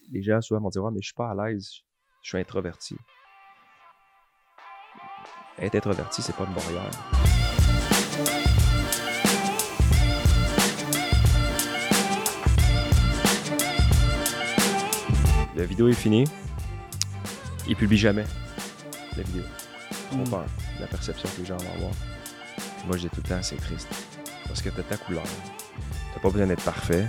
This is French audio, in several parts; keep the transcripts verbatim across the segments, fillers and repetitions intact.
les gens souvent vont dire « Ouais, mais je suis pas à l'aise, je suis introverti. » Être introverti, c'est pas une barrière. La vidéo est finie. Il publie jamais la vidéo. Trop peur de la perception que les gens vont avoir. Puis moi, je dis tout le temps, c'est triste. Parce que t'as ta couleur. T'as pas besoin d'être parfait.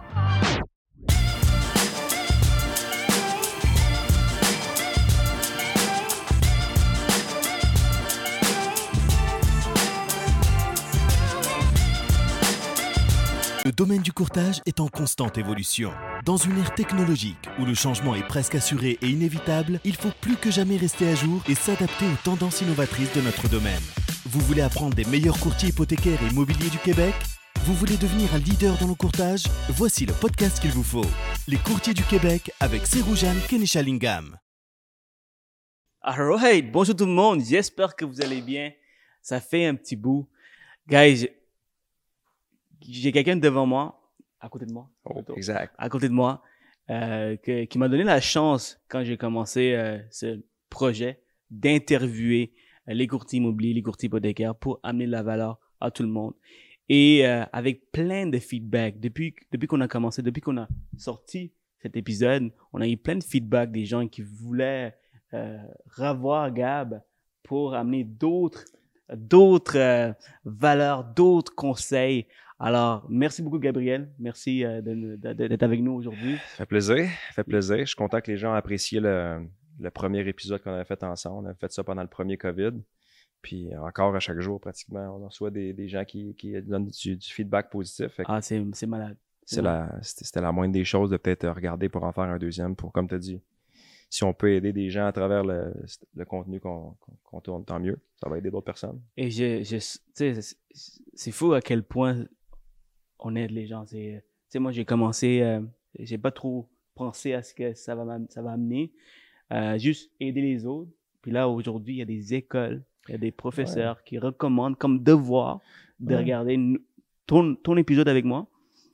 Le domaine du courtage est en constante évolution. Dans une ère technologique où le changement est presque assuré et inévitable, il faut plus que jamais rester à jour et s'adapter aux tendances innovatrices de notre domaine. Vous voulez apprendre des meilleurs courtiers hypothécaires et immobiliers du Québec? Vous voulez devenir un leader dans le courtage? Voici le podcast qu'il vous faut. Les courtiers du Québec avec Seroujane Kenishalingam. Alright, bonjour tout le monde, j'espère que vous allez bien. Ça fait un petit bout. Guys, j'ai quelqu'un devant moi, à côté de moi. Oh, exact. À côté de moi, euh, que, qui m'a donné la chance, quand j'ai commencé euh, ce projet, d'interviewer euh, les courtiers immobiliers, les courtiers hypothécaires pour amener de la valeur à tout le monde. Et euh, avec plein de feedback, depuis, depuis qu'on a commencé, depuis qu'on a sorti cet épisode, on a eu plein de feedback des gens qui voulaient euh, revoir Gab pour amener d'autres, d'autres euh, valeurs, d'autres conseils. Alors, merci beaucoup, Gabriel. Merci euh, de, de, de, d'être avec nous aujourd'hui. Ça fait plaisir. Ça fait plaisir. Je suis content que les gens appréciaient le, le premier épisode qu'on avait fait ensemble. On avait fait ça pendant le premier COVID. Puis encore à chaque jour, pratiquement, on reçoit des, des gens qui, qui donnent du, du feedback positif. Fait que Ah, c'est, c'est malade. c'est ouais. la, c'était, c'était la moindre des choses de peut-être regarder pour en faire un deuxième. Pour, comme tu as dit, si on peut aider des gens à travers le, le contenu qu'on, qu'on, qu'on tourne, tant mieux. Ça va aider d'autres personnes. Et je, je, tu sais, c'est fou à quel point on aide les gens. Tu sais, moi, j'ai commencé, euh, j'ai pas trop pensé à ce que ça va, ça va amener. Euh, juste aider les autres. Puis là, aujourd'hui, il y a des écoles, il y a des professeurs ouais. qui recommandent comme devoir de ouais. regarder ton, ton épisode avec moi.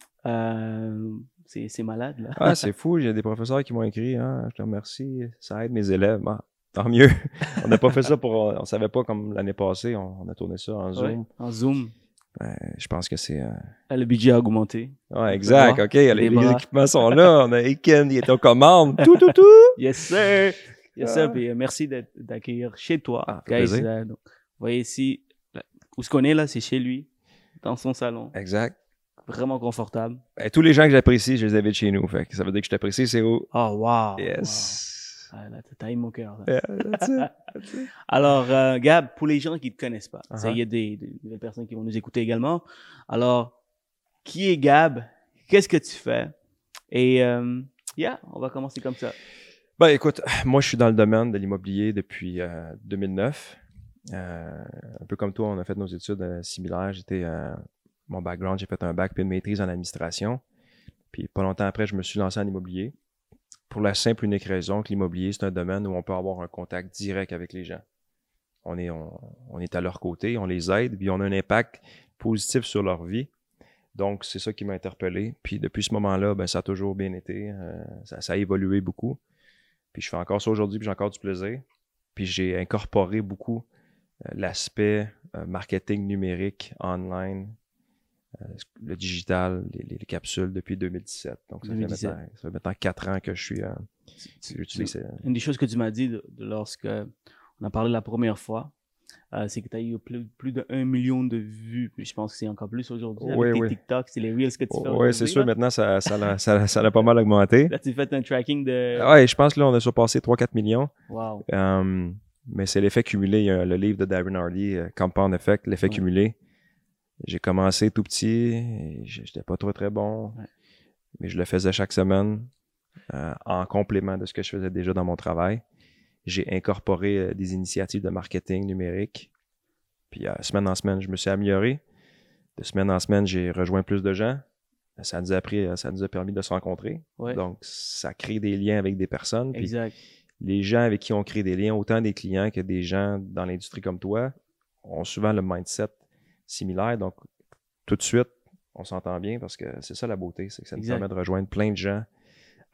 Euh, c'est, c'est malade, là. Ah, c'est fou. Il y a des professeurs qui m'ont écrit, hein, je te remercie, ça aide mes élèves. Ah, tant mieux. On n'a pas fait ça pour, on savait pas comme l'année passée, on, on a tourné ça en Zoom. Ouais, en Zoom. Ben, je pense que c'est... Euh... Le budget a augmenté. Ouais, exact. OK, les, les équipements sont là. On a Aiken, il est aux commandes. Tout, tout, tout. Yes, sir. Yes, sir. Puis, euh, merci d'accueillir chez toi. Ah, guys, euh, donc, vous voyez ici, là, où ce qu'on est là, c'est chez lui, dans son salon. Exact. Vraiment confortable. Ben, tous les gens que j'apprécie, je les invite chez nous. Fait que ça veut dire que je t'apprécie, c'est où? Oh, wow. Yes. Wow. Ah, là, t'as eu mon cœur. Yeah, that's it. That's it. Alors, euh, Gab, pour les gens qui ne te connaissent pas, il uh-huh. y a des, des, des personnes qui vont nous écouter également. Alors, qui est Gab? Qu'est-ce que tu fais? Et, euh, yeah, on va commencer comme ça. Ben, écoute, moi, je suis dans le domaine de l'immobilier depuis euh, deux mille neuf. Euh, un peu comme toi, on a fait nos études euh, similaires. J'étais, euh, mon background, j'ai fait un bac puis une maîtrise en administration. Puis, pas longtemps après, je me suis lancé en immobilier. Pour la simple et unique raison que l'immobilier, c'est un domaine où on peut avoir un contact direct avec les gens. On est, on, on est à leur côté, on les aide, puis on a un impact positif sur leur vie. Donc, c'est ça qui m'a interpellé. Puis depuis ce moment-là, ben, ça a toujours bien été. Euh, ça, ça a évolué beaucoup. Puis je fais encore ça aujourd'hui, puis j'ai encore du plaisir. Puis j'ai incorporé beaucoup euh, l'aspect euh, marketing numérique, online, Euh, le digital, les, les, les capsules depuis deux mille dix-sept. Donc, ça, deux mille dix-sept. Fait, maintenant, ça fait maintenant quatre ans que je suis... Euh, j'utilise. Une des choses que tu m'as dit de, de lorsque on a parlé la première fois, euh, c'est que tu as eu plus, plus de un million de vues. Puis je pense que c'est encore plus aujourd'hui. Oui, avec tes oui. TikTok, c'est les Reels que tu oh, fais Oui, c'est sûr. Maintenant, ça, ça, l'a, ça, ça l'a pas mal augmenté. Là, tu fais un tracking de... Oui, je pense que là, on a surpassé trois à quatre millions. Wow. Um, mais c'est l'effet cumulé. Il y a le livre de Darren Hardy, uh, Compound Effect, l'effet ouais. cumulé. J'ai commencé tout petit, et j'étais pas trop très bon, ouais. mais je le faisais chaque semaine euh, en complément de ce que je faisais déjà dans mon travail. J'ai incorporé euh, des initiatives de marketing numérique, puis euh, semaine en semaine, je me suis amélioré. De semaine en semaine, j'ai rejoint plus de gens. Ça nous a, appris, ça nous a permis de se rencontrer. Ouais. Donc, ça crée des liens avec des personnes. Puis exact. Les gens avec qui on crée des liens, autant des clients que des gens dans l'industrie comme toi, ont souvent le mindset similaire, donc tout de suite, on s'entend bien parce que c'est ça la beauté, c'est que ça nous exact. permet de rejoindre plein de gens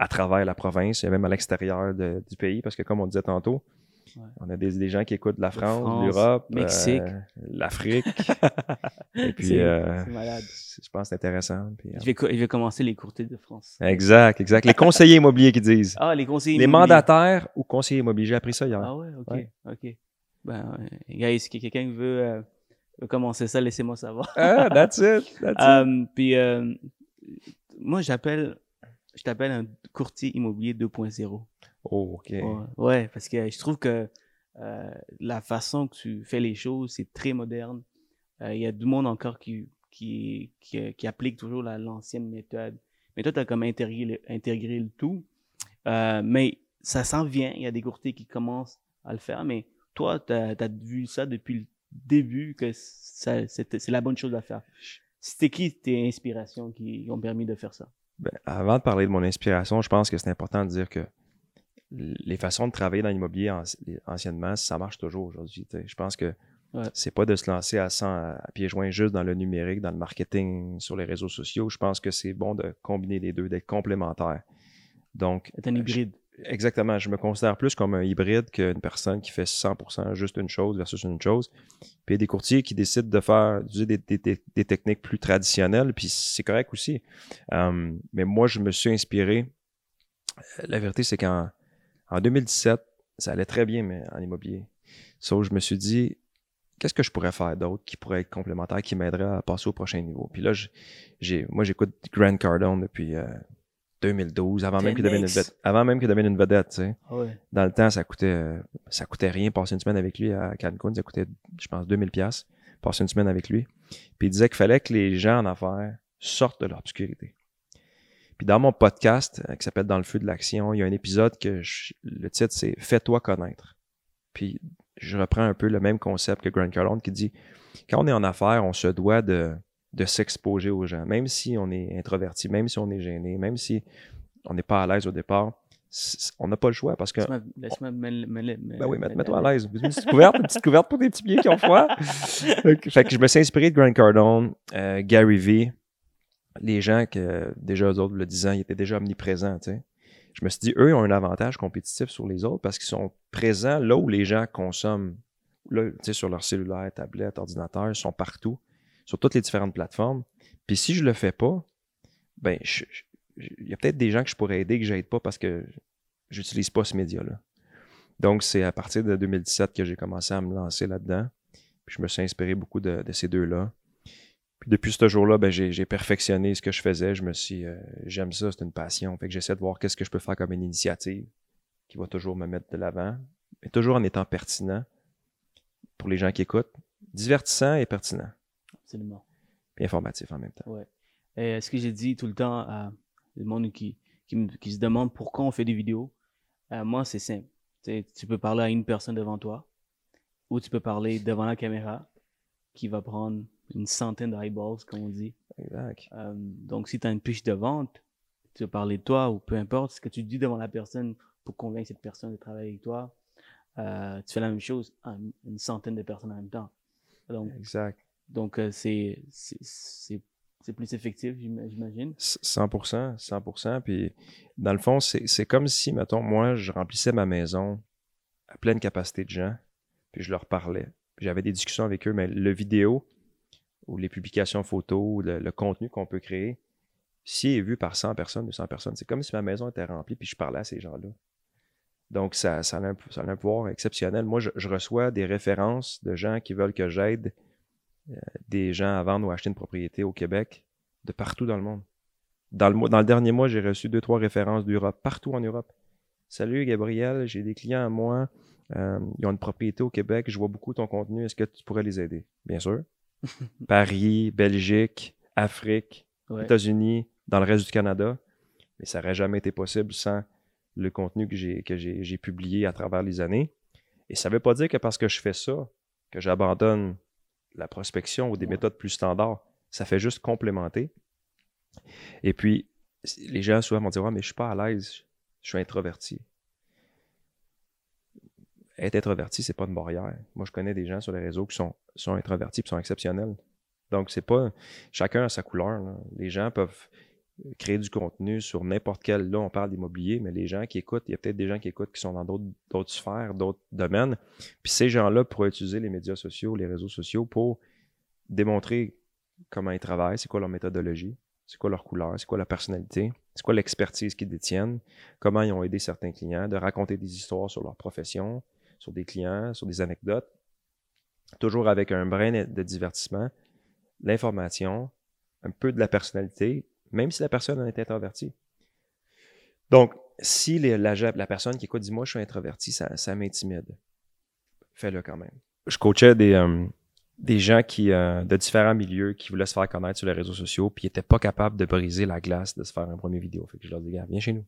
à travers la province et même à l'extérieur de, du pays, parce que comme on disait tantôt, ouais. on a des, des gens qui écoutent de la France, France de l'Europe, Mexique, euh, l'Afrique. Et puis, c'est, euh, c'est malade. Je pense que c'est intéressant. Puis, je, vais, je vais commencer les courtiers de France. Exact, exact. Les conseillers immobiliers qui disent. Ah, les conseillers les immobiliers. Les mandataires ou conseillers immobiliers. J'ai appris ça hier. Ah ouais, ok, ouais. ok. Ben, guys, si quelqu'un veut, euh, veut commencer ça, laissez-moi savoir. Ah, that's it, that's um, it. Puis, euh, moi, j'appelle, je t'appelle un courtier immobilier deux point zéro. Oh, ok. Ouais, ouais, parce que je trouve que euh, la façon que tu fais les choses, c'est très moderne. Il euh, y a du monde encore qui, qui, qui, qui applique toujours la, l'ancienne méthode. Mais toi, tu as comme intégré le, intégré le tout. Euh, mais ça s'en vient. Il y a des courtiers qui commencent à le faire. Mais toi, tu as vu ça depuis le début, que ça, c'est, c'est la bonne chose à faire. C'était qui tes inspirations qui ont permis de faire ça? Ben, avant de parler de mon inspiration, je pense que c'est important de dire que les façons de travailler dans l'immobilier anciennement, ça marche toujours aujourd'hui. T'sais. Je pense que ouais. c'est pas de se lancer à cent à pieds joints juste dans le numérique, dans le marketing, sur les réseaux sociaux. Je pense que c'est bon de combiner les deux, d'être complémentaires. Donc, c'est un hybride. Je, exactement. Je me considère plus comme un hybride qu'une personne qui fait cent pour cent juste une chose versus une chose. Puis il y a des courtiers qui décident de faire des, des, des, des techniques plus traditionnelles, puis c'est correct aussi. Um, mais moi, je me suis inspiré. La vérité, c'est qu'en En deux mille dix-sept, ça allait très bien mais en immobilier. Sauf que je me suis dit, qu'est-ce que je pourrais faire d'autre qui pourrait être complémentaire, qui m'aiderait à passer au prochain niveau? Puis là, j'ai, moi, j'écoute Grant Cardone depuis euh, deux mille douze, avant même, qu'il devienne une vedette, avant même qu'il devienne une vedette. Tu sais. Ah ouais. Dans le temps, ça coûtait, euh, ça coûtait rien. Passer une semaine avec lui à Cancun, ça coûtait, je pense, deux mille dollars. Passer une semaine avec lui. Puis il disait qu'il fallait que les gens en affaires sortent de l'obscurité. Puis dans mon podcast, euh, qui s'appelle Dans le feu de l'action, il y a un épisode que je, le titre, c'est « Fais-toi connaître ». Puis je reprends un peu le même concept que Grant Cardone qui dit « Quand on est en affaires, on se doit de, de s'exposer aux gens, même si on est introverti, même si on est gêné, même si on n'est pas à l'aise au départ, on n'a pas le choix parce que... » Laisse-moi me... me, me, me Ben oui, mets-toi à l'aise. Une petite couverte, une petite couverte pour tes petits pieds qui ont froid. Fait que je me suis inspiré de Grant Cardone, euh, Gary Vee, les gens que, déjà eux autres, le dix ans, ils étaient déjà omniprésents, tu sais. Je me suis dit, eux, ils ont un avantage compétitif sur les autres parce qu'ils sont présents là où les gens consomment, là, tu sais, sur leur cellulaire, tablette, ordinateur, ils sont partout, sur toutes les différentes plateformes. Puis si je le fais pas, ben, il y a peut-être des gens que je pourrais aider que j'aide pas parce que j'utilise pas ce média-là. Donc, c'est à partir de deux mille dix-sept que j'ai commencé à me lancer là-dedans. Puis je me suis inspiré beaucoup de, de ces deux-là. Puis depuis ce jour-là, ben, j'ai, j'ai perfectionné ce que je faisais. Je me suis, euh, j'aime ça, c'est une passion. Fait que j'essaie de voir qu'est-ce que je peux faire comme une initiative qui va toujours me mettre de l'avant, mais toujours en étant pertinent pour les gens qui écoutent, divertissant et pertinent. Absolument. Puis informatif en même temps. Ouais. Et ce que j'ai dit tout le temps à le monde qui, qui, qui se demande pourquoi on fait des vidéos, euh, moi, c'est simple. T'sais, tu peux parler à une personne devant toi ou tu peux parler devant la caméra qui va prendre une centaine d'eyeballs, comme on dit. Exact. Euh, donc, si tu as une pitch de vente, tu veux parler de toi ou peu importe, ce que tu dis devant la personne pour convaincre cette personne de travailler avec toi, euh, tu fais la même chose à une centaine de personnes en même temps. Donc, exact. Donc, euh, c'est, c'est, c'est, c'est plus effectif, j'imagine. cent pour cent, cent pour cent. Puis, dans le fond, c'est, c'est comme si, mettons, moi, je remplissais ma maison à pleine capacité de gens, puis je leur parlais. Puis j'avais des discussions avec eux, mais le vidéo ou les publications photos, ou le, le contenu qu'on peut créer, s'il est vu par cent personnes, deux cents personnes, c'est comme si ma maison était remplie puis je parlais à ces gens-là. Donc, ça, ça, a, un, ça a un pouvoir exceptionnel. Moi, je, je reçois des références de gens qui veulent que j'aide euh, des gens à vendre ou acheter une propriété au Québec, de partout dans le monde. Dans le, dans le dernier mois, j'ai reçu deux, trois références d'Europe, partout en Europe. Salut Gabriel, j'ai des clients à moi, euh, ils ont une propriété au Québec, je vois beaucoup ton contenu, est-ce que tu pourrais les aider? Bien sûr. Paris, Belgique, Afrique, ouais. États-Unis, dans le reste du Canada. Mais ça n'aurait jamais été possible sans le contenu que j'ai, que j'ai, j'ai publié à travers les années. Et ça ne veut pas dire que parce que je fais ça, que j'abandonne la prospection ou des ouais. méthodes plus standards. Ça fait juste complémenter. Et puis, les gens souvent vont dire « Ouais, mais je ne suis pas à l'aise, je suis introverti. » Être introverti, c'est pas une barrière. Moi, je connais des gens sur les réseaux qui sont, sont introvertis et qui sont exceptionnels. Donc, c'est pas... Chacun a sa couleur. Là. Les gens peuvent... créer du contenu sur n'importe quel, là on parle d'immobilier, mais les gens qui écoutent, il y a peut-être des gens qui écoutent qui sont dans d'autres, d'autres sphères, d'autres domaines, puis ces gens-là pourraient utiliser les médias sociaux, les réseaux sociaux pour démontrer comment ils travaillent, c'est quoi leur méthodologie, c'est quoi leur couleur, c'est quoi leur personnalité, c'est quoi l'expertise qu'ils détiennent, comment ils ont aidé certains clients, de raconter des histoires sur leur profession, sur des clients, sur des anecdotes, toujours avec un brin de divertissement, l'information, un peu de la personnalité, même si la personne est introvertie. Donc, si les, la, la personne qui écoute dit « moi, je suis introverti », ça, ça m'intimide. Fais-le quand même. Je coachais des, euh, des gens qui, euh, de différents milieux qui voulaient se faire connaître sur les réseaux sociaux puis qui n'étaient pas capables de briser la glace, de se faire un premier vidéo. Fait que je leur dis « gars, viens chez nous.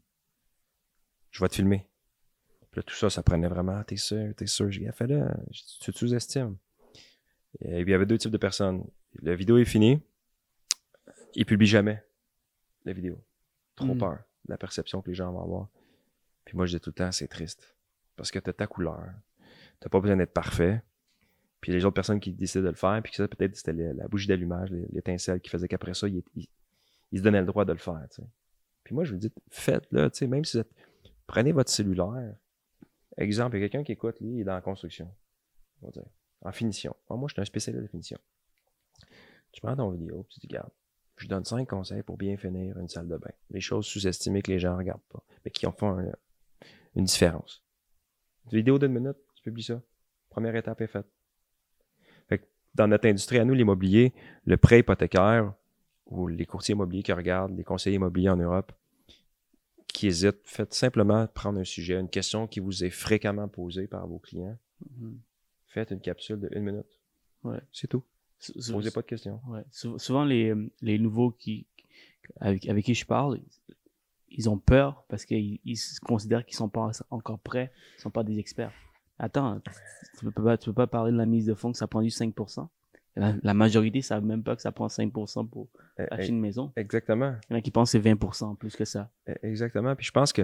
Je vais te filmer. » Puis là, tout ça, ça prenait vraiment « t'es sûr, t'es sûr. » J'ai dit « fais-le. Tu te sous-estimes. » Et il y avait deux types de personnes. La vidéo est finie. Ils publient jamais la vidéo. Trop mm. peur de la perception que les gens vont avoir. Puis moi, je dis tout le temps, c'est triste. Parce que tu as ta couleur. Tu n'as pas besoin d'être parfait. Puis les autres personnes qui décidaient de le faire, puis que ça, peut-être, c'était la bougie d'allumage, l'étincelle qui faisait qu'après ça, ils, ils, ils se donnaient le droit de le faire. T'sais. Puis moi, je vous dis, faites-le. Même si vous êtes... Prenez votre cellulaire. Exemple, il y a quelqu'un qui écoute, lui, il est dans la construction. On va dire, en finition. Alors, moi, je suis un spécialiste de finition. Tu prends ton vidéo, puis tu dis, regarde, je donne cinq conseils pour bien finir une salle de bain. Les choses sous-estimées que les gens ne regardent pas, mais qui en font un, une différence. Une vidéo d'une minute, tu publies ça. Première étape est faite. Fait que dans notre industrie, à nous, l'immobilier, le prêt hypothécaire, ou les courtiers immobiliers qui regardent, les conseillers immobiliers en Europe, qui hésitent, faites simplement prendre un sujet, une question qui vous est fréquemment posée par vos clients. Mm-hmm. Faites une capsule de une minute. Ouais. C'est tout. Posez pas de questions. Ouais. Souvent, les, les nouveaux qui, avec, avec qui je parle, ils ont peur parce qu'ils ils considèrent qu'ils sont pas encore prêts, ils sont pas des experts. Attends, tu peux pas, tu peux pas parler de la mise de fonds que ça prend juste cinq pour cent. La, la majorité ne savent même pas que ça prend cinq pour cent pour eh, acheter eh, une maison. Exactement. Il y en a qui pensent que c'est vingt pour cent plus que ça. Eh, exactement. Puis je pense que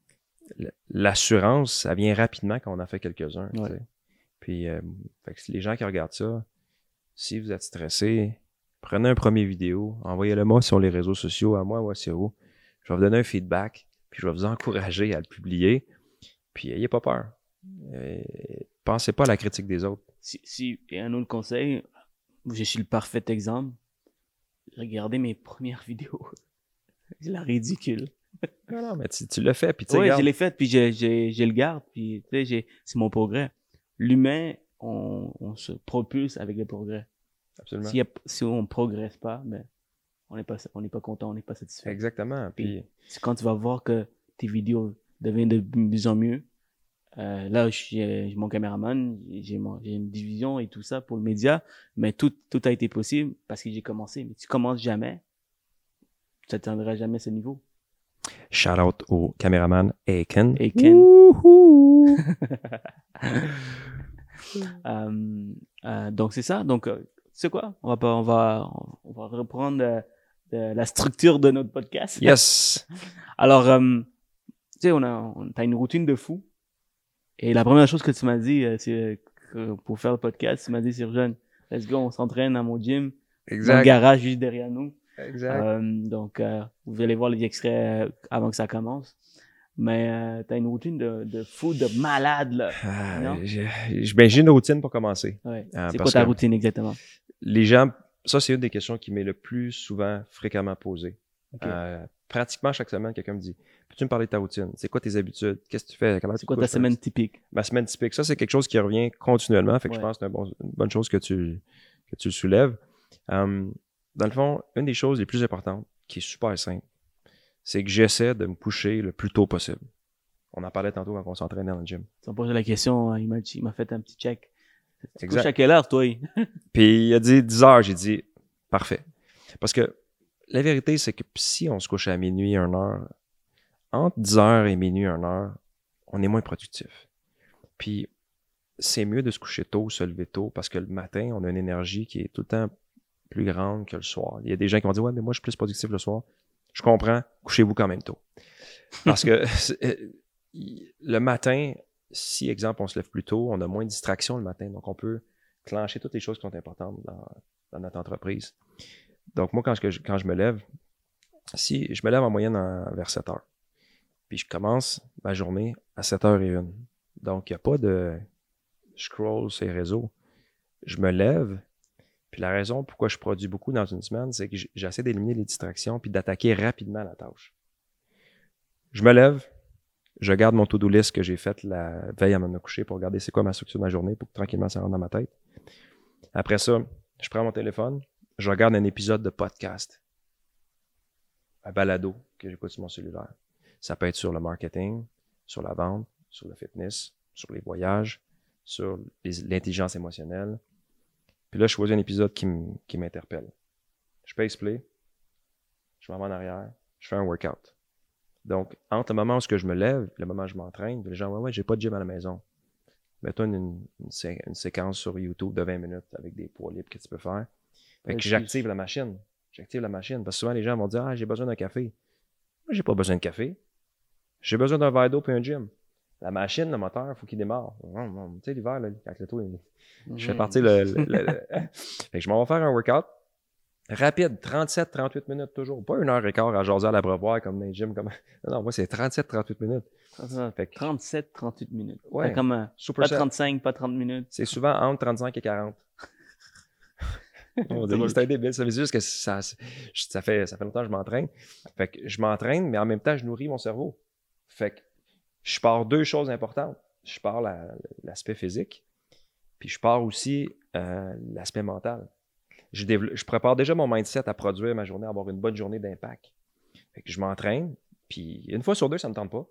l'assurance, ça vient rapidement quand on en fait quelques-uns. Ouais. Puis euh, fait que les gens qui regardent ça, si vous êtes stressé, prenez un premier vidéo, envoyez-le moi sur les réseaux sociaux, à moi ou à Ciro. Je vais vous donner un feedback, puis je vais vous encourager à le publier. Puis n'ayez pas peur. Euh, pensez pas à la critique des autres. Si, si et un autre conseil, je suis le parfait exemple. Regardez mes premières vidéos. C'est la ridicule. Non, non, mais tu, tu l'as fait, puis tu sais. Oui, garde. je l'ai fait, puis je, je, je le garde, puis tu sais, c'est mon progrès. L'humain, on, on se propulse avec le progrès. Absolument. Si, y a, si on ne progresse pas, ben, on n'est pas, on n'est pas content, on n'est pas satisfait. Exactement. Puis, puis c'est quand tu vas voir que tes vidéos deviennent de plus en mieux. Euh, là, j'ai mon caméraman, j'ai une division et tout ça pour le média, mais tout, tout a été possible parce que j'ai commencé. Mais tu commences jamais, tu n'atteindras jamais ce niveau. Shout out au caméraman Aiken. Aiken. euh, euh, donc c'est ça. Donc euh, c'est quoi? On va pas, on va, on va reprendre euh, de la structure de notre podcast. Yes. Alors, euh, tu sais, on a, on, t'as une routine de fou. Et la première chose que tu m'as dit, euh, c'est que pour faire le podcast, tu m'as dit, Sirjane, let's go, on s'entraîne à mon gym. Exact. Dans le garage juste derrière nous. Exact. Euh, donc, euh, vous allez voir les extraits euh, avant que ça commence. Mais euh, t'as une routine de, de fou, de malade, là. Euh, j'ai, ben, j'ai une routine pour commencer. Ouais. Euh, c'est quoi ta routine exactement? Les gens, ça, c'est une des questions qui m'est le plus souvent, fréquemment posée. Okay. Euh, pratiquement chaque semaine, quelqu'un me dit, peux-tu me parler de ta routine? C'est quoi tes habitudes? Qu'est-ce que tu fais? C'est quoi ta semaine typique? Ma semaine typique. Ça, c'est quelque chose qui revient continuellement. Fait que ouais. Je pense que c'est un bon, une bonne chose que tu, que tu soulèves. Um, dans le fond, une des choses les plus importantes, qui est super simple, c'est que j'essaie de me coucher le plus tôt possible. On en parlait tantôt quand on s'entraînait dans le gym. Tu m'as posé la question, il m'a, il m'a fait un petit check. Tu couches à quelle heure, toi? Puis il a dit dix heures, j'ai dit parfait. Parce que la vérité, c'est que si on se couche à minuit, une heure, entre dix heures et minuit, une heure, on est moins productif. Puis c'est mieux de se coucher tôt, se lever tôt, parce que le matin, on a une énergie qui est tout le temps plus grande que le soir. Il y a des gens qui vont dire « Ouais, mais moi, je suis plus productif le soir. » Je comprends, couchez-vous quand même tôt. Parce que le matin, si, exemple, on se lève plus tôt, on a moins de distractions le matin, donc on peut clencher toutes les choses qui sont importantes dans, dans notre entreprise. Donc moi, quand je, quand je me lève, si je me lève en moyenne en, vers sept heures, puis je commence ma journée à sept heures zéro un. Donc, il n'y a pas de scroll sur les réseaux. Je me lève, puis la raison pourquoi je produis beaucoup dans une semaine, c'est que j'essaie d'éliminer les distractions puis d'attaquer rapidement la tâche. Je me lève, je garde mon to-do list que j'ai fait la veille avant de me coucher pour regarder c'est quoi ma structure de ma journée pour que tranquillement ça rentre dans ma tête. Après ça, je prends mon téléphone, je regarde un épisode de podcast, un balado que j'écoute sur mon cellulaire. Ça peut être sur le marketing, sur la vente, sur le fitness, sur les voyages, sur les, l'intelligence émotionnelle. Puis là, je choisis un épisode qui, m- qui m'interpelle. Je paye play, je m'en vais en arrière, je fais un workout. Donc, entre le moment où je me lève, le moment où je m'entraîne, les gens, ouais, ouais, j'ai pas de gym à la maison. Mets-toi une, une, une, sé- une séquence sur YouTube de vingt minutes avec des poids libres que tu peux faire. Fait que j'active la machine. J'active la machine. Parce que souvent, les gens vont dire, ah, j'ai besoin d'un café. Moi, j'ai pas besoin de café. J'ai besoin d'un verre d'eau et un gym. La machine, le moteur, il faut qu'il démarre. Tu sais, l'hiver, là, quand le taux, il... mm-hmm. Je fais partir le... le, le, le... Fait que je m'en vais faire un workout rapide, trente-sept à trente-huit minutes toujours. Pas une heure et quart à jaser à l'abreuvoir comme dans les gyms. Comme... Non, non, moi, c'est trente-sept à trente-huit minutes. Fait que... trente-sept à trente-huit minutes. Ouais. Pas comme un... Super pas set. trente-cinq, pas trente minutes. C'est souvent entre trente-cinq et quarante. Oh, c'est, c'est un débile. Ça veut dire juste que ça, ça, fait, ça fait longtemps que je m'entraîne. Fait que je m'entraîne, mais en même temps, je nourris mon cerveau. Fait que je pars deux choses importantes. Je pars la, l'aspect physique, puis je pars aussi euh, l'aspect mental. Je, développe, je prépare déjà mon mindset à produire ma journée, à avoir une bonne journée d'impact. Fait que je m'entraîne, puis une fois sur deux, ça ne me tente pas.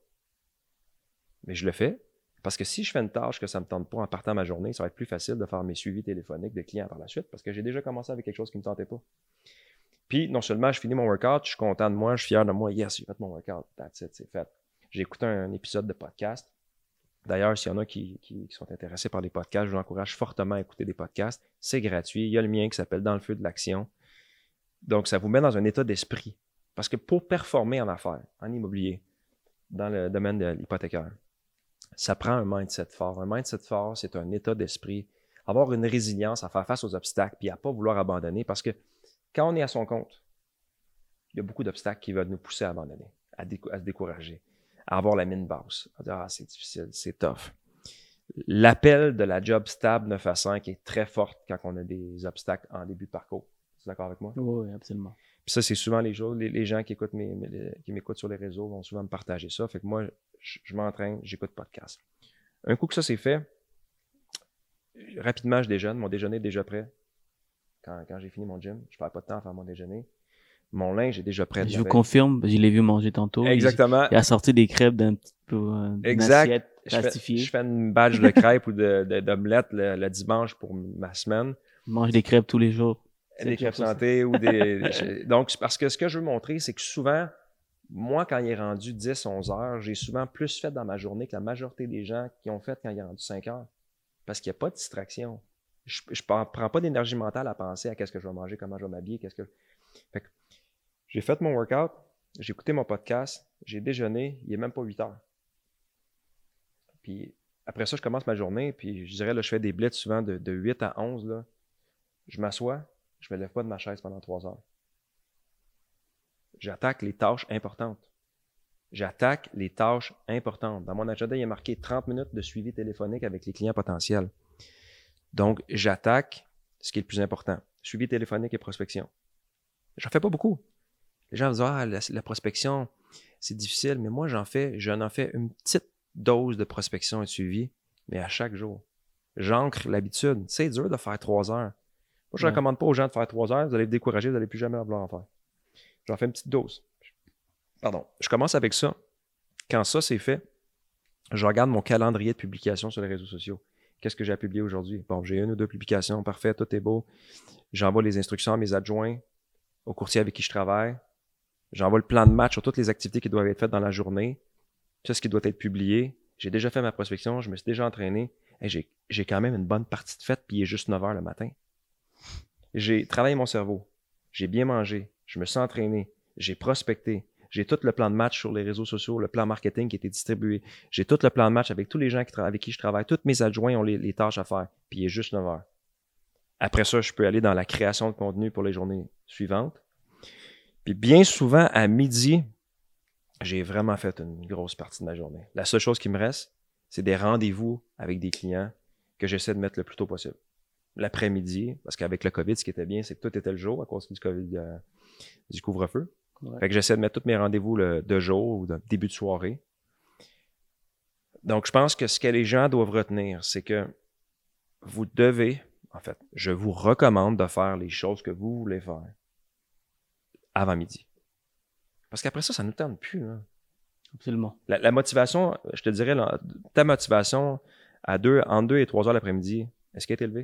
Mais je le fais. Parce que si je fais une tâche que ça ne me tente pas en partant ma journée, ça va être plus facile de faire mes suivis téléphoniques de clients par la suite parce que j'ai déjà commencé avec quelque chose qui ne me tentait pas. Puis, non seulement je finis mon workout, je suis content de moi, je suis fier de moi. Yes, j'ai fait mon workout. That's it, c'est fait. J'ai écouté un épisode de podcast. D'ailleurs, s'il y en a qui, qui, qui sont intéressés par les podcasts, je vous encourage fortement à écouter des podcasts. C'est gratuit. Il y a le mien qui s'appelle Dans le feu de l'action. Donc, ça vous met dans un état d'esprit. Parce que pour performer en affaires, en immobilier, dans le domaine de l'hypothécaire, ça prend un mindset fort. Un mindset fort, c'est un état d'esprit. Avoir une résilience à faire face aux obstacles puis à ne pas vouloir abandonner. Parce que quand on est à son compte, il y a beaucoup d'obstacles qui veulent nous pousser à abandonner, à, décou- à se décourager, à avoir la mine basse, à dire « Ah, c'est difficile, c'est tough ». L'appel de la job stable neuf à cinq est très forte quand on a des obstacles en début de parcours. Tu es d'accord avec moi? Oui, absolument. Puis ça, c'est souvent les, jours, les, les gens qui, écoutent mes, mes, qui m'écoutent sur les réseaux vont souvent me partager ça. Fait que moi, je, je m'entraîne, j'écoute podcast. Un coup que ça c'est fait, rapidement, je déjeune. Mon déjeuner est déjà prêt. Quand, quand j'ai fini mon gym, je ne perds pas de temps à faire mon déjeuner. Mon linge est déjà prêt. Je vous confirme, je l'ai vu manger tantôt. Exactement. Il a sorti des crêpes d'un petit peu euh, exact. Assiette plastifiée. Je fais, je fais une badge de crêpes ou de, de, d'omelette le, le dimanche pour ma semaine. Je mange des crêpes tous les jours. Des crêpes santé ou des... Donc, parce que ce que je veux montrer, c'est que souvent, moi, quand il est rendu dix à onze heures, j'ai souvent plus fait dans ma journée que la majorité des gens qui ont fait quand il est rendu cinq heures. Parce qu'il n'y a pas de distraction. Je ne prends pas d'énergie mentale à penser à qu'est-ce que je vais manger, comment je vais m'habiller, qu'est-ce que... Fait que j'ai fait mon workout, j'ai écouté mon podcast, j'ai déjeuné, il n'est même pas huit heures. Puis après ça, je commence ma journée, puis je dirais, là, je fais des blitz souvent de, de huit à onze, là. Je m'assois, je ne me lève pas de ma chaise pendant trois heures. J'attaque les tâches importantes. J'attaque les tâches importantes. Dans mon agenda, il y a marqué trente minutes de suivi téléphonique avec les clients potentiels. Donc, j'attaque ce qui est le plus important. Suivi téléphonique et prospection. J'en fais pas beaucoup. Les gens vont dire, ah, la, la prospection, c'est difficile, mais moi, j'en fais, j'en en fais une petite dose de prospection et de suivi, mais à chaque jour. J'ancre l'habitude. C'est dur de faire trois heures. Moi, je ne ouais. recommande pas aux gens de faire trois heures. Vous allez vous décourager, vous n'allez plus jamais vouloir en faire. J'en fais une petite dose. Pardon. Je commence avec ça. Quand ça, c'est fait, je regarde mon calendrier de publication sur les réseaux sociaux. Qu'est-ce que j'ai à publier aujourd'hui? Bon, j'ai une ou deux publications. Parfait, tout est beau. J'envoie les instructions à mes adjoints, aux courtiers avec qui je travaille. J'envoie le plan de match sur toutes les activités qui doivent être faites dans la journée. Tout ce qui doit être publié. J'ai déjà fait ma prospection. Je me suis déjà entraîné. Hey, j'ai, j'ai quand même une bonne partie de fête, puis il est juste neuf heures le matin. J'ai travaillé mon cerveau. J'ai bien mangé. Je me suis entraîné. J'ai prospecté. J'ai tout le plan de match sur les réseaux sociaux, le plan marketing qui a été distribué. J'ai tout le plan de match avec tous les gens qui tra- avec qui je travaille. Tous mes adjoints ont les, les tâches à faire. Puis il est juste neuf heures. Après ça, je peux aller dans la création de contenu pour les journées suivantes. Puis bien souvent, à midi, j'ai vraiment fait une grosse partie de ma journée. La seule chose qui me reste, c'est des rendez-vous avec des clients que j'essaie de mettre le plus tôt possible. L'après-midi, parce qu'avec le COVID, ce qui était bien, c'est que tout était le jour à cause du COVID, euh, du couvre-feu. Ouais. Fait que j'essaie de mettre tous mes rendez-vous le, de jour ou de début de soirée. Donc, je pense que ce que les gens doivent retenir, c'est que vous devez, en fait, je vous recommande de faire les choses que vous voulez faire avant midi. Parce qu'après ça, ça ne nous tente plus. Là. Absolument. La, la motivation, je te dirais, la, ta motivation à deux, entre deux et trois heures l'après-midi, est-ce qu'elle est élevée?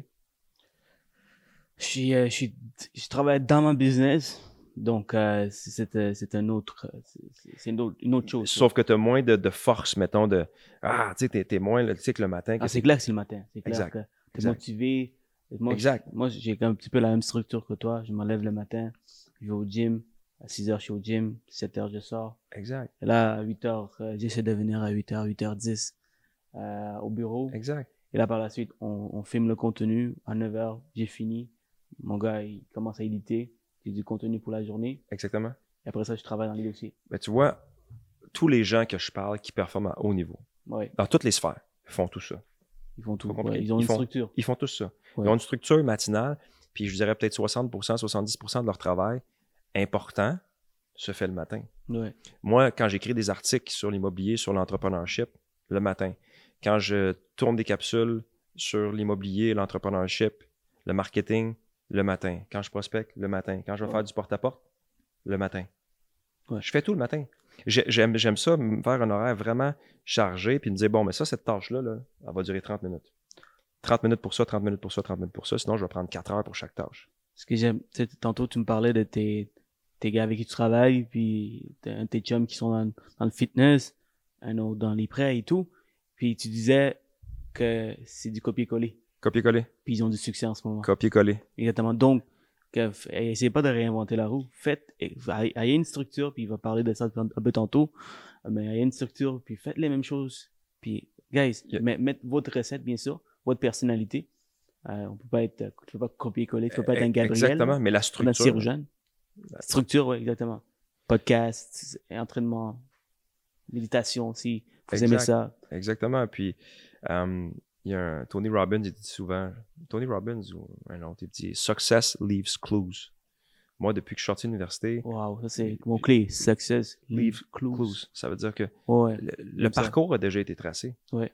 Je, suis, euh, je, suis, je travaille dans mon business, donc euh, c'est, c'est, c'est, un autre, c'est, c'est une, autre, une autre chose. Sauf que tu as moins de, de force, mettons, de ah, tu sais, t'es, t'es moins, tu sais, que le matin. Que ah, c'est, c'est clair que c'est le matin. C'est clair exact. que tu es motivé. Moi, exact. Je, moi, j'ai un petit peu la même structure que toi. Je me lève le matin, je vais au gym. À six heures, je suis au gym. sept heures, je sors. Exact. Et là, à huit heures, euh, j'essaie de venir à huit heures, huit heures dix euh, au bureau. Exact. Et là, par la suite, on, on filme le contenu. À neuf heures, j'ai fini. Mon gars, il commence à éditer. J'ai du contenu pour la journée. Exactement. Et après ça, je travaille dans les dossiers. Ben, tu vois, tous les gens que je parle qui performent à haut niveau, ouais. dans toutes les sphères, font tout ça. Ils font tout. Ouais, ils ont ils une font, structure. Ils font tout ça. Ouais. Ils ont une structure matinale. Puis je dirais peut-être soixante pour cent, soixante-dix pour cent de leur travail important se fait le matin. Ouais. Moi, quand j'écris des articles sur l'immobilier, sur l'entrepreneurship, le matin. Quand je tourne des capsules sur l'immobilier, l'entrepreneurship, le marketing, le matin. Quand je prospecte, le matin. Quand je vais ouais. faire du porte-à-porte, le matin. Ouais. Je fais tout le matin. J'aime, j'aime ça, me faire un horaire vraiment chargé, puis me dire, bon, mais ça, cette tâche-là, là, elle va durer trente minutes. trente minutes pour ça, trente minutes pour ça, trente minutes pour ça. Sinon, je vais prendre quatre heures pour chaque tâche. Ce que j'aime, tu sais, tantôt, tu me parlais de tes... tes gars avec qui tu travailles, puis un de tes chums qui sont dans, dans le fitness, un autre dans les prêts et tout. Puis tu disais que c'est du copier-coller. Copier-coller. Puis ils ont du succès en ce moment. Copier-coller. Exactement. Donc, que, essayez pas de réinventer la roue. Faites, ayez une structure, puis il va parler de ça un peu tantôt, mais ayez une structure, puis faites les mêmes choses. Puis, guys, yeah. mettez votre recette, bien sûr, votre personnalité. Euh, on peut pas être, tu peux pas copier-coller, tu peux pas être un Gabriel. Exactement, là, mais la structure. Un chirurgien. Structure, oui, exactement. Podcast, entraînement, méditation aussi. Vous exact. Aimez ça. Exactement. Puis, um, il y a un Tony Robbins, il dit souvent, Tony Robbins ou un autre, il dit « Success leaves clues ». Moi, depuis que je suis sorti de l'université... Wow, ça c'est mon clé. « Success leaves clues ». clues. Ça veut dire que ouais, le, le parcours a déjà été tracé. Ouais.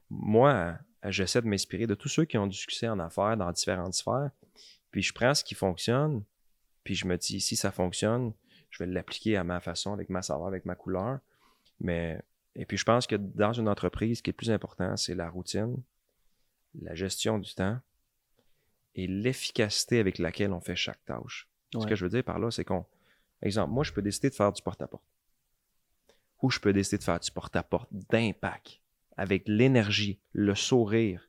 Moi, j'essaie de m'inspirer de tous ceux qui ont du succès en affaires dans différentes sphères. Puis, je prends ce qui fonctionne. Puis je me dis, si ça fonctionne, je vais l'appliquer à ma façon, avec ma saveur, avec ma couleur. Mais, et puis je pense que dans une entreprise, ce qui est le plus important, c'est la routine, la gestion du temps et l'efficacité avec laquelle on fait chaque tâche. Ouais. Ce que je veux dire par là, c'est qu'on, exemple, moi, je peux décider de faire du porte-à-porte. Ou je peux décider de faire du porte-à-porte d'impact, avec l'énergie, le sourire,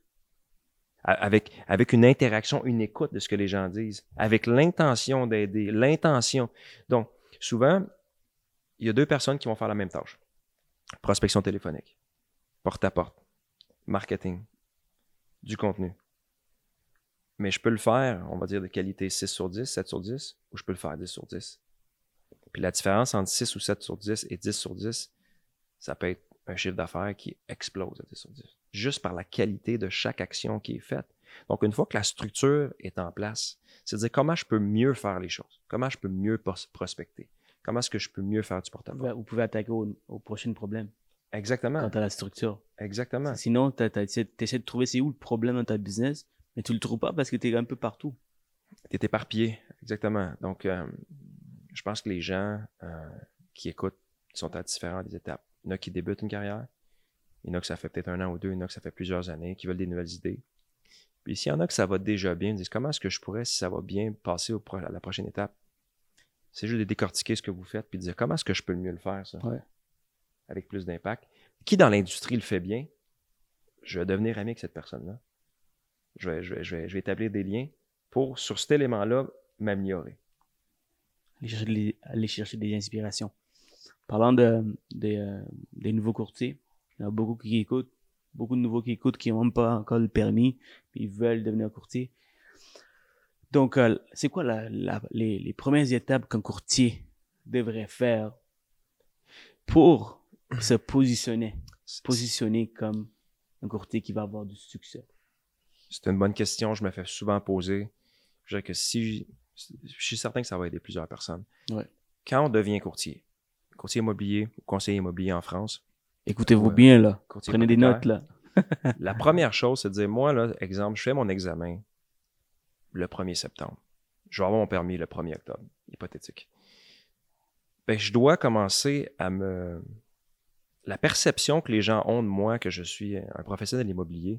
Avec, avec une interaction, une écoute de ce que les gens disent, avec l'intention d'aider, l'intention. Donc, souvent, il y a deux personnes qui vont faire la même tâche. Prospection téléphonique, porte-à-porte, marketing, du contenu. Mais je peux le faire, on va dire, de qualité six sur dix, sept sur dix, ou je peux le faire dix sur dix. Puis la différence entre six ou sept sur dix et dix sur dix, ça peut être un chiffre d'affaires qui explose à dix sur dix. Juste par la qualité de chaque action qui est faite. Donc, une fois que la structure est en place, c'est de dire comment je peux mieux faire les choses, comment je peux mieux prospecter, comment est-ce que je peux mieux faire du porte-à-porte. Vous pouvez attaquer au, au prochain problème. Exactement. Quand tu as la structure. Exactement. Sinon, tu essaies de trouver c'est où le problème dans ta business, mais tu le trouves pas parce que tu es un peu partout. Tu es éparpillé, exactement. Donc, euh, je pense que les gens euh, qui écoutent sont à différentes étapes. Il y en a qui débutent une carrière, il y en a que ça fait peut-être un an ou deux, il y en a que ça fait plusieurs années, qui veulent des nouvelles idées. Puis s'il y en a que ça va déjà bien, ils disent comment est-ce que je pourrais, si ça va bien, passer au pro- à la prochaine étape. C'est juste de décortiquer ce que vous faites puis de dire comment est-ce que je peux le mieux le faire, ça, ouais. avec plus d'impact. Qui dans l'industrie le fait bien, je vais devenir ami avec cette personne-là. Je vais, je vais, je vais, je vais établir des liens pour, sur cet élément-là, m'améliorer. Aller chercher, les, aller chercher des inspirations. Parlant de, de, euh, des nouveaux courtiers, il y en a beaucoup qui écoutent, beaucoup de nouveaux qui écoutent qui n'ont même pas encore le permis, puis ils veulent devenir courtier. Donc, euh, c'est quoi la, la, les, les premières étapes qu'un courtier devrait faire pour se positionner, positionner comme un courtier qui va avoir du succès? C'est une bonne question, je me fais souvent poser. Je dirais que si, je suis certain que ça va aider plusieurs personnes. Ouais. Quand on devient courtier, courtier immobilier ou conseiller immobilier en France, Écoutez-vous Ouais. bien, là. courtier Prenez des hypothécaire, notes, là. la première chose, c'est de dire, moi, là, exemple, je fais mon examen le premier septembre. Je vais avoir mon permis le premier octobre, hypothétique. Ben, je dois commencer à me... La perception que les gens ont de moi, que je suis un professionnel immobilier,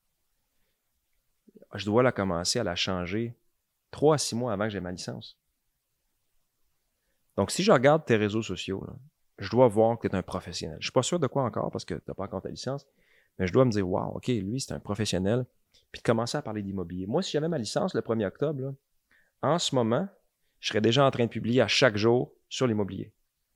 je dois la commencer à la changer trois à six mois avant que j'ai ma licence. Donc, si je regarde tes réseaux sociaux, là, je dois voir que tu es un professionnel. Je ne suis pas sûr de quoi encore parce que tu n'as pas encore ta licence, mais je dois me dire, wow, OK, lui, c'est un professionnel. Puis de commencer à parler d'immobilier. Moi, si j'avais ma licence le premier octobre, là, en ce moment, je serais déjà en train de publier à chaque jour sur l'immobilier.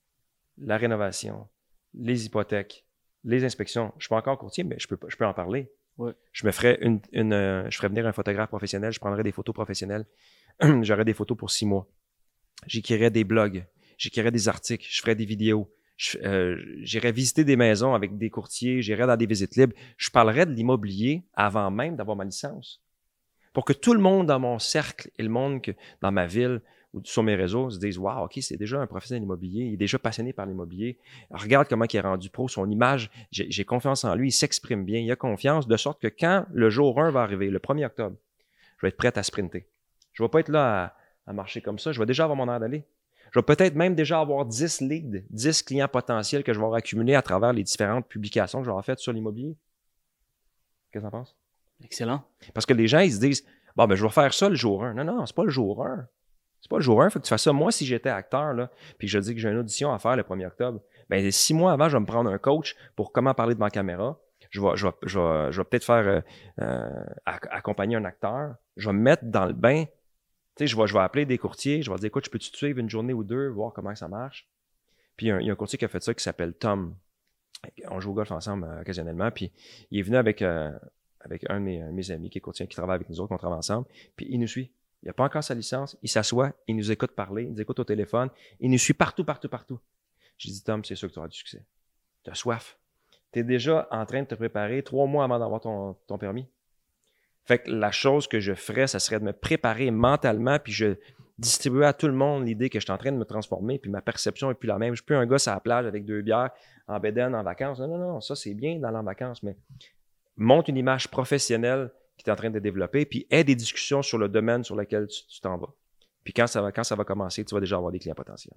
La rénovation, les hypothèques, les inspections. Je ne suis pas encore courtier, mais je peux, je peux en parler. Ouais. Je me ferais une, une euh, je ferais venir un photographe professionnel, je prendrais des photos professionnelles, j'aurais des photos pour six mois. J'écrirais des blogs, j'écrirais des articles, je ferais des vidéos, je, euh, j'irais visiter des maisons avec des courtiers, j'irais dans des visites libres, je parlerais de l'immobilier avant même d'avoir ma licence. Pour que tout le monde dans mon cercle et le monde que, dans ma ville ou sur mes réseaux se disent « Wow, OK, c'est déjà un professionnel immobilier, il est déjà passionné par l'immobilier. Regarde comment il est rendu pro, son image, j'ai, j'ai confiance en lui, il s'exprime bien, il a confiance, de sorte que quand le jour un va arriver, le premier octobre, je vais être prêt à sprinter. Je ne vais pas être là à, à marcher comme ça, je vais déjà avoir mon air d'aller. Je vais peut-être même déjà avoir dix leads, dix clients potentiels que je vais avoir accumulés à travers les différentes publications que je vais avoir faites sur l'immobilier. Qu'est-ce que tu en penses? Excellent. Parce que les gens, ils se disent, bon, ben, je vais faire ça le jour un. Non, non, c'est pas le jour un. C'est pas le jour un, il faut que tu fasses ça. Moi, si j'étais acteur, là, puis que je dis que j'ai une audition à faire le premier octobre, ben, six mois avant, je vais me prendre un coach pour comment parler devant la caméra. Je vais, je vais, je vais, je vais peut-être faire euh, euh, accompagner un acteur. Je vais me mettre dans le bain. Tu sais, je vais, je vais appeler des courtiers. Je vais dire, écoute, je peux-tu te suivre une journée ou deux, voir comment ça marche? Puis, il y a un, il y a un courtier qui a fait ça qui s'appelle Tom. On joue au golf ensemble euh, occasionnellement. Puis, il est venu avec... Euh, avec un de mes, mes amis qui est courtier, qui travaille avec nous autres, qu'on travaille ensemble, puis il nous suit. Il n'a pas encore sa licence, il s'assoit, il nous écoute parler, il nous écoute au téléphone, il nous suit partout, partout, partout. J'ai dit, Tom, c'est sûr que tu auras du succès. Tu as soif. Tu es déjà en train de te préparer trois mois avant d'avoir ton, ton permis. Fait que la chose que je ferais, ça serait de me préparer mentalement, puis je distribuer à tout le monde l'idée que je suis en train de me transformer, puis ma perception n'est plus la même. Je suis plus un gars sur la plage avec deux bières, en bédaine, en vacances. Non, non, non, ça c'est bien d'aller en vacances, mais montre une image professionnelle qui est en train de développer, puis aie des discussions sur le domaine sur lequel tu, tu t'en vas. Puis quand ça va, quand ça va commencer, tu vas déjà avoir des clients potentiels.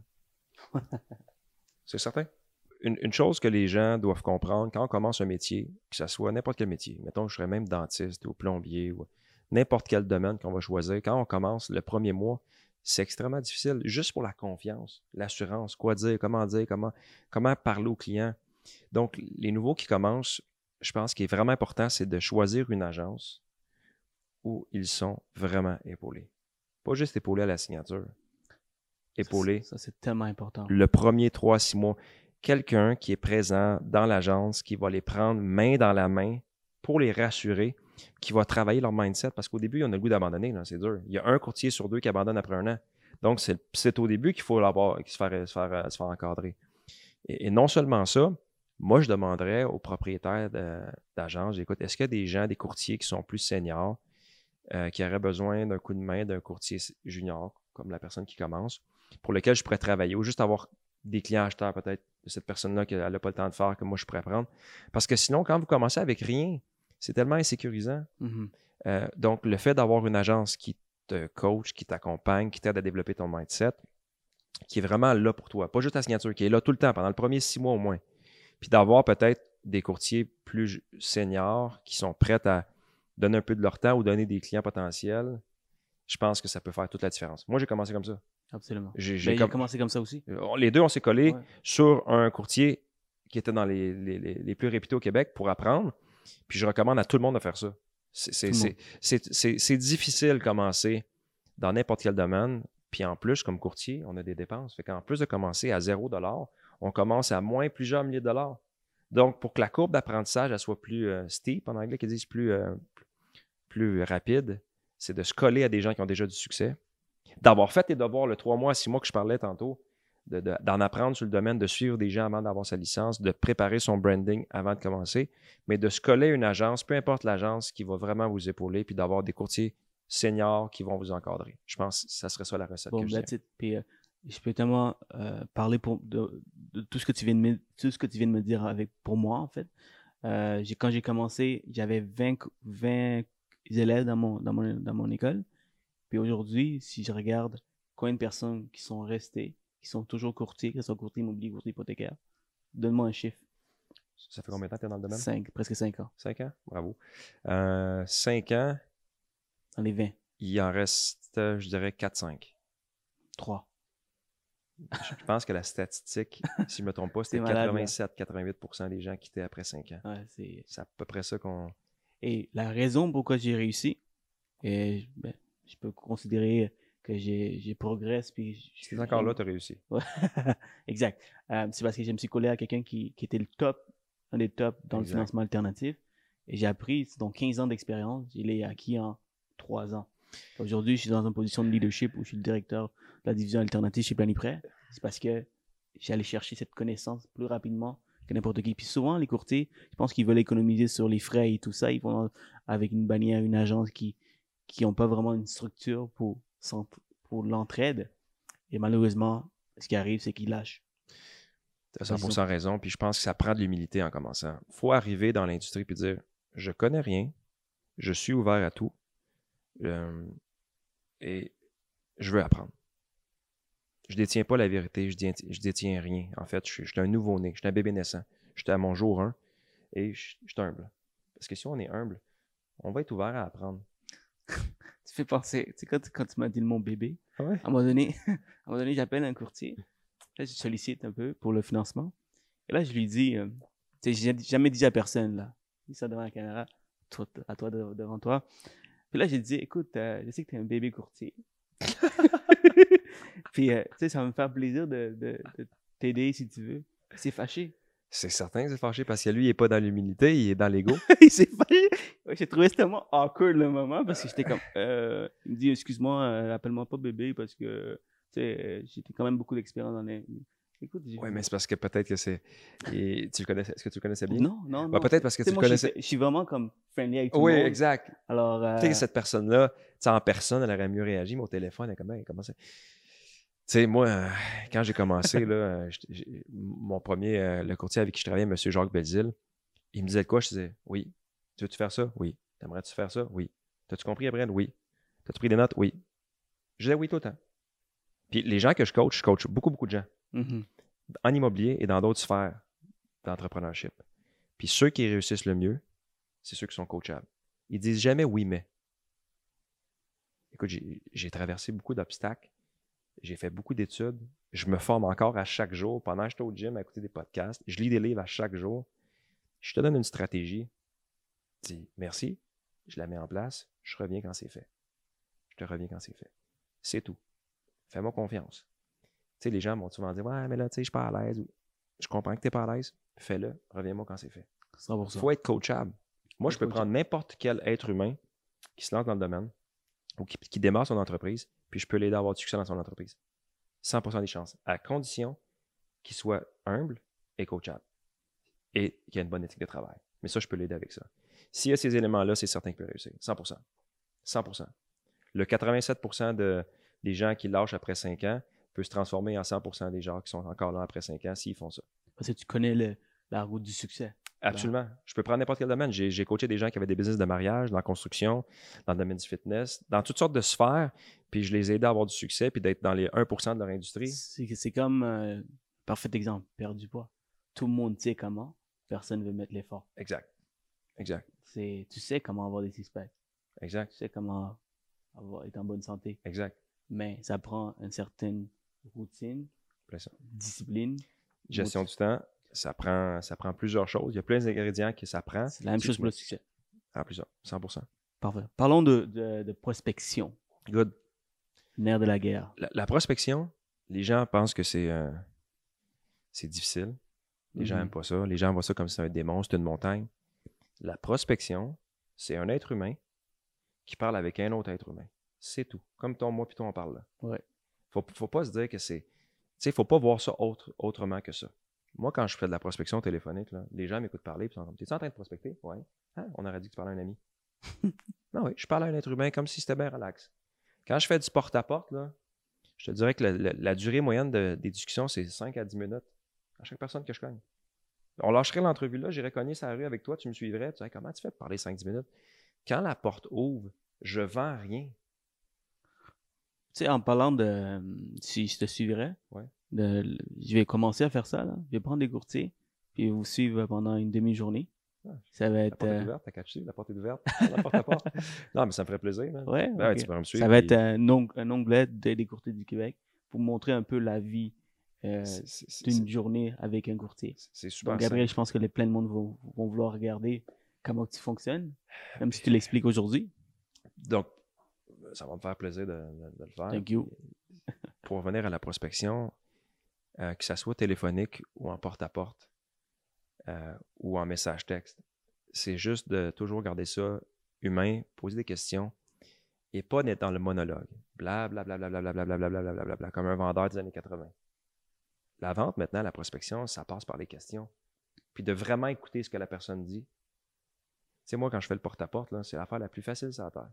C'est certain. Une, une chose que les gens doivent comprendre, quand on commence un métier, que ce soit n'importe quel métier, mettons, je serais même dentiste ou plombier ou n'importe quel domaine qu'on va choisir, quand on commence le premier mois, c'est extrêmement difficile, juste pour la confiance, l'assurance, quoi dire, comment dire, comment, comment parler aux clients. Donc, les nouveaux qui commencent, je pense qu'il est vraiment important, c'est de choisir une agence où ils sont vraiment épaulés. Pas juste épaulés à la signature. Épaulés. Ça, ça, c'est tellement important. Le premier trois à six mois. Quelqu'un qui est présent dans l'agence, qui va les prendre main dans la main pour les rassurer, qui va travailler leur mindset. Parce qu'au début, on a le goût d'abandonner, là, c'est dur. Il y a un courtier sur deux qui abandonne après un an. Donc, c'est, c'est au début qu'il faut l'avoir, qu'il se faire, se faire, se faire encadrer. Et, et non seulement ça, moi, je demanderais aux propriétaires de, d'agences, écoute, est-ce qu'il y a des gens, des courtiers qui sont plus seniors, euh, qui auraient besoin d'un coup de main d'un courtier junior, comme la personne qui commence, pour lequel je pourrais travailler, ou juste avoir des clients acheteurs peut-être de cette personne-là qu'elle n'a pas le temps de faire, que moi je pourrais prendre. Parce que sinon, quand vous commencez avec rien, c'est tellement insécurisant. Mm-hmm. Euh, donc, le fait d'avoir une agence qui te coach, qui t'accompagne, qui t'aide à développer ton mindset, qui est vraiment là pour toi, pas juste ta signature, qui est là tout le temps, pendant le premier six mois au moins. Puis d'avoir peut-être des courtiers plus seniors qui sont prêts à donner un peu de leur temps ou donner des clients potentiels, je pense que ça peut faire toute la différence. Moi, j'ai commencé comme ça. Absolument. J'ai, j'ai ben, com- il a commencé comme ça aussi. Les deux, on s'est collés Ouais. sur un courtier qui était dans les, les, les, les plus réputés au Québec pour apprendre. Puis je recommande à tout le monde de faire ça. C'est, c'est, c'est, c'est, c'est, c'est difficile de commencer dans n'importe quel domaine. Puis en plus, comme courtier, on a des dépenses. Fait qu'en plus de commencer à zéro dollar, on commence à moins plusieurs milliers de dollars. Donc, pour que la courbe d'apprentissage elle soit plus euh, steep, en anglais, qu'ils disent plus, euh, plus rapide, c'est de se coller à des gens qui ont déjà du succès. D'avoir fait tes devoirs le trois mois, six mois que je parlais tantôt, de, de, d'en apprendre sur le domaine, de suivre des gens avant d'avoir sa licence, de préparer son branding avant de commencer, mais de se coller à une agence, peu importe l'agence, qui va vraiment vous épauler, puis d'avoir des courtiers seniors qui vont vous encadrer. Je pense que ça serait ça la recette Bon, que je that's it. Puis, euh, je peux tellement euh, parler pour, de, de tout, ce que tu viens de me, tout ce que tu viens de me dire avec, pour moi, en fait. Euh, j'ai, quand j'ai commencé, j'avais vingt, vingt élèves dans mon, dans, mon, dans mon école. Puis aujourd'hui, si je regarde combien de personnes qui sont restées, qui sont toujours courtiers, que ce soit courtier immobilier, courtier hypothécaire, donne-moi un chiffre. Ça fait combien de temps que tu es dans le domaine? Cinq, presque cinq ans. Cinq ans? Bravo. Euh, cinq ans. Dans les vingt. Il en reste, je dirais, quatre cinq. Trois. Je pense que la statistique, si je ne me trompe pas, c'était quatre-vingt-sept à quatre-vingt-huit pour cent des gens quittaient après cinq ans. Ouais, c'est... c'est à peu près ça qu'on... Et la raison pourquoi j'ai réussi, et ben, je peux considérer que j'ai, j'ai progressé. Puis je suis encore là, tu as réussi. Ouais. Exact. Euh, c'est parce que je me suis collé à quelqu'un qui, qui était le top, un des tops dans exact. Le financement alternatif. Et j'ai appris, donc quinze ans d'expérience, je l'ai acquis en trois ans. Aujourd'hui, je suis dans une position de leadership où je suis le directeur de la division alternative chez Planiprêt. C'est parce que j'allais chercher cette connaissance plus rapidement que n'importe qui. Puis souvent, les courtiers, je pense qu'ils veulent économiser sur les frais et tout ça. Ils vont avec une bannière, une agence qui qui n'ont pas vraiment une structure pour, pour l'entraide. Et malheureusement, ce qui arrive, c'est qu'ils lâchent. Tu as cent pour cent raison. Puis je pense que ça prend de l'humilité en commençant. Il faut arriver dans l'industrie et dire, je connais rien, je suis ouvert à tout. Euh, et je veux apprendre. Je détiens pas la vérité, je détiens, je détiens rien. En fait, je suis, je suis un nouveau-né, je suis un bébé naissant. J'étais à mon jour un et je, je suis humble. Parce que si on est humble, on va être ouvert à apprendre. Tu fais penser, tu sais, quand, quand tu m'as dit le mot bébé, ouais. à un moment donné, à un moment donné, j'appelle un courtier. Là, je sollicite un peu pour le financement. Et là, je lui dis, euh, tu sais, j'ai jamais dit à personne, là. Je dis ça devant la caméra, toi, à toi, devant toi. Puis là, j'ai dit, écoute, euh, je sais que t'es un bébé courtier. Puis, euh, tu sais, ça va me faire plaisir de, de, de t'aider si tu veux. C'est fâché. C'est certain que c'est fâché parce que lui, il n'est pas dans l'humilité, il est dans l'ego. Il s'est fâché. Ouais, j'ai trouvé tellement awkward le moment parce que j'étais comme, euh, il me dit, excuse-moi, euh, appelle-moi pas bébé parce que, tu sais, j'étais quand même beaucoup d'expérience dans les. Écoute, j'ai... Oui, mais c'est parce que peut-être que c'est. Et tu le connaissais... Est-ce que tu le connaissais bien? Non, non, bah, non. Peut-être parce que tu moi, le connaissais. Je suis vraiment comme friendly avec tout oui, le monde. Oui, exact. Alors. Euh... Tu sais, cette personne-là, tu sais, en personne, elle aurait mieux réagi, mais au téléphone, elle a commencé. Tu sais, moi, euh, quand j'ai commencé, là, euh, mon premier, euh, le courtier avec qui je travaillais, M. Jacques Belzile, il me disait quoi? Je disais, oui. Tu veux-tu faire ça? Oui. T'aimerais-tu faire ça? Oui. T'as-tu compris, Gabriel? Oui. T'as-tu pris des notes? Oui. Je disais oui tout le temps. Puis les gens que je coach, je coach beaucoup, beaucoup de gens. Mm-hmm. En immobilier et dans d'autres sphères d'entrepreneurship. Puis ceux qui réussissent le mieux, c'est ceux qui sont coachables. Ils disent jamais oui, mais. Écoute, j'ai, j'ai traversé beaucoup d'obstacles. J'ai fait beaucoup d'études. Je me forme encore à chaque jour. Pendant que j'étais au gym à écouter des podcasts, je lis des livres à chaque jour. Je te donne une stratégie. Dis merci, je la mets en place, je reviens quand c'est fait. Je te reviens quand c'est fait. C'est tout. Fais-moi confiance. Tu sais, les gens vont souvent dire, ouais, mais là, tu sais, je suis pas à l'aise. Je comprends que tu n'es pas à l'aise. Fais-le, reviens-moi quand c'est fait. cent pour cent. Il faut être coachable. Moi, je peux coachable. prendre n'importe quel être humain qui se lance dans le domaine ou qui, qui démarre son entreprise, puis je peux l'aider à avoir du succès dans son entreprise. cent pour cent des chances, à condition qu'il soit humble et coachable et qu'il ait une bonne éthique de travail. Mais ça, je peux l'aider avec ça. S'il y a ces éléments-là, c'est certain qu'il peut réussir. cent pour cent. cent pour cent. Le quatre-vingt-sept pour cent de, des gens qui lâchent après cinq ans peut se transformer en cent pour cent des gens qui sont encore là après cinq ans s'ils font ça. Parce que tu connais le, la route du succès. Absolument. Là. Je peux prendre n'importe quel domaine. J'ai, j'ai coaché des gens qui avaient des business de mariage, dans la construction, dans le domaine du fitness, dans toutes sortes de sphères, puis je les ai aidés à avoir du succès puis d'être dans les un pour cent de leur industrie. C'est, c'est comme, euh, parfait exemple, perdre du poids. Tout le monde sait comment, personne ne veut mettre l'effort. Exact. Exact. C'est, tu sais comment avoir des six-packs. Exact. Tu sais comment avoir, être en bonne santé. Exact. Mais ça prend une certaine routine, discipline. Gestion du temps, ça prend, ça prend plusieurs choses. Il y a plein d'ingrédients que ça prend. C'est la même si chose pour le succès. Ah, plusieurs, cent pour cent. Parfait. Parlons de, de, de prospection. Good. Nerf de la guerre. La, la prospection, les gens pensent que c'est, euh, c'est difficile. Les mm-hmm. gens n'aiment pas ça. Les gens voient ça comme si c'était un démon, c'est une montagne. La prospection, c'est un être humain qui parle avec un autre être humain. C'est tout. Comme ton moi puis toi on parle là. Ouais. Faut, faut pas se dire que c'est sais, il ne faut pas voir ça autre, autrement que ça. Moi, quand je fais de la prospection téléphonique, là, les gens m'écoutent parler et sont comme, t'es-tu en train de prospecter? Oui. Hein? On aurait dit que tu parlais à un ami. Non, oui, je parle à un être humain comme si c'était bien relax. Quand je fais du porte-à-porte, là, je te dirais que la, la, la durée moyenne de, des discussions, c'est cinq à dix minutes à chaque personne que je cogne. On lâcherait l'entrevue là, j'irais cogner sa rue avec toi, tu me suivrais, tu dirais, comment tu fais pour parler cinq à dix minutes? Quand la porte ouvre, je vends rien. Tu sais, en parlant de, si je te suivrais, ouais. de, je vais commencer à faire ça, là. Je vais prendre des courtiers, puis vous suivre pendant une demi-journée. Ah, ça va être... La porte est ouverte, t'as qu'à te suivre, la porte est ouverte, la porte à porte. Non, mais ça me ferait plaisir. Man. Ouais, ben, okay. Tu peux me suivre, ça va puis... être un, ong un onglet des courtiers du Québec pour montrer un peu la vie euh, d'une journée avec un courtier. C'est super Donc, Gabriel, simple. je pense que les, plein de monde vont, vont vouloir regarder comment tu fonctionnes, même si tu l'expliques aujourd'hui. Donc, ça va me faire plaisir de, de, de le faire. Thank you. Pour revenir à la prospection, euh, que ça soit téléphonique ou en porte-à-porte euh, ou en message texte, c'est juste de toujours garder ça humain, poser des questions et pas d'être dans le monologue. Bla, bla, bla, bla, bla, bla, bla, bla, bla, bla, bla, bla, bla, comme un vendeur des années quatre-vingt. La vente, maintenant, la prospection, ça passe par les questions. Puis de vraiment écouter ce que la personne dit. Tu sais, moi, quand je fais le porte-à-porte, là, c'est l'affaire la plus facile sur la terre.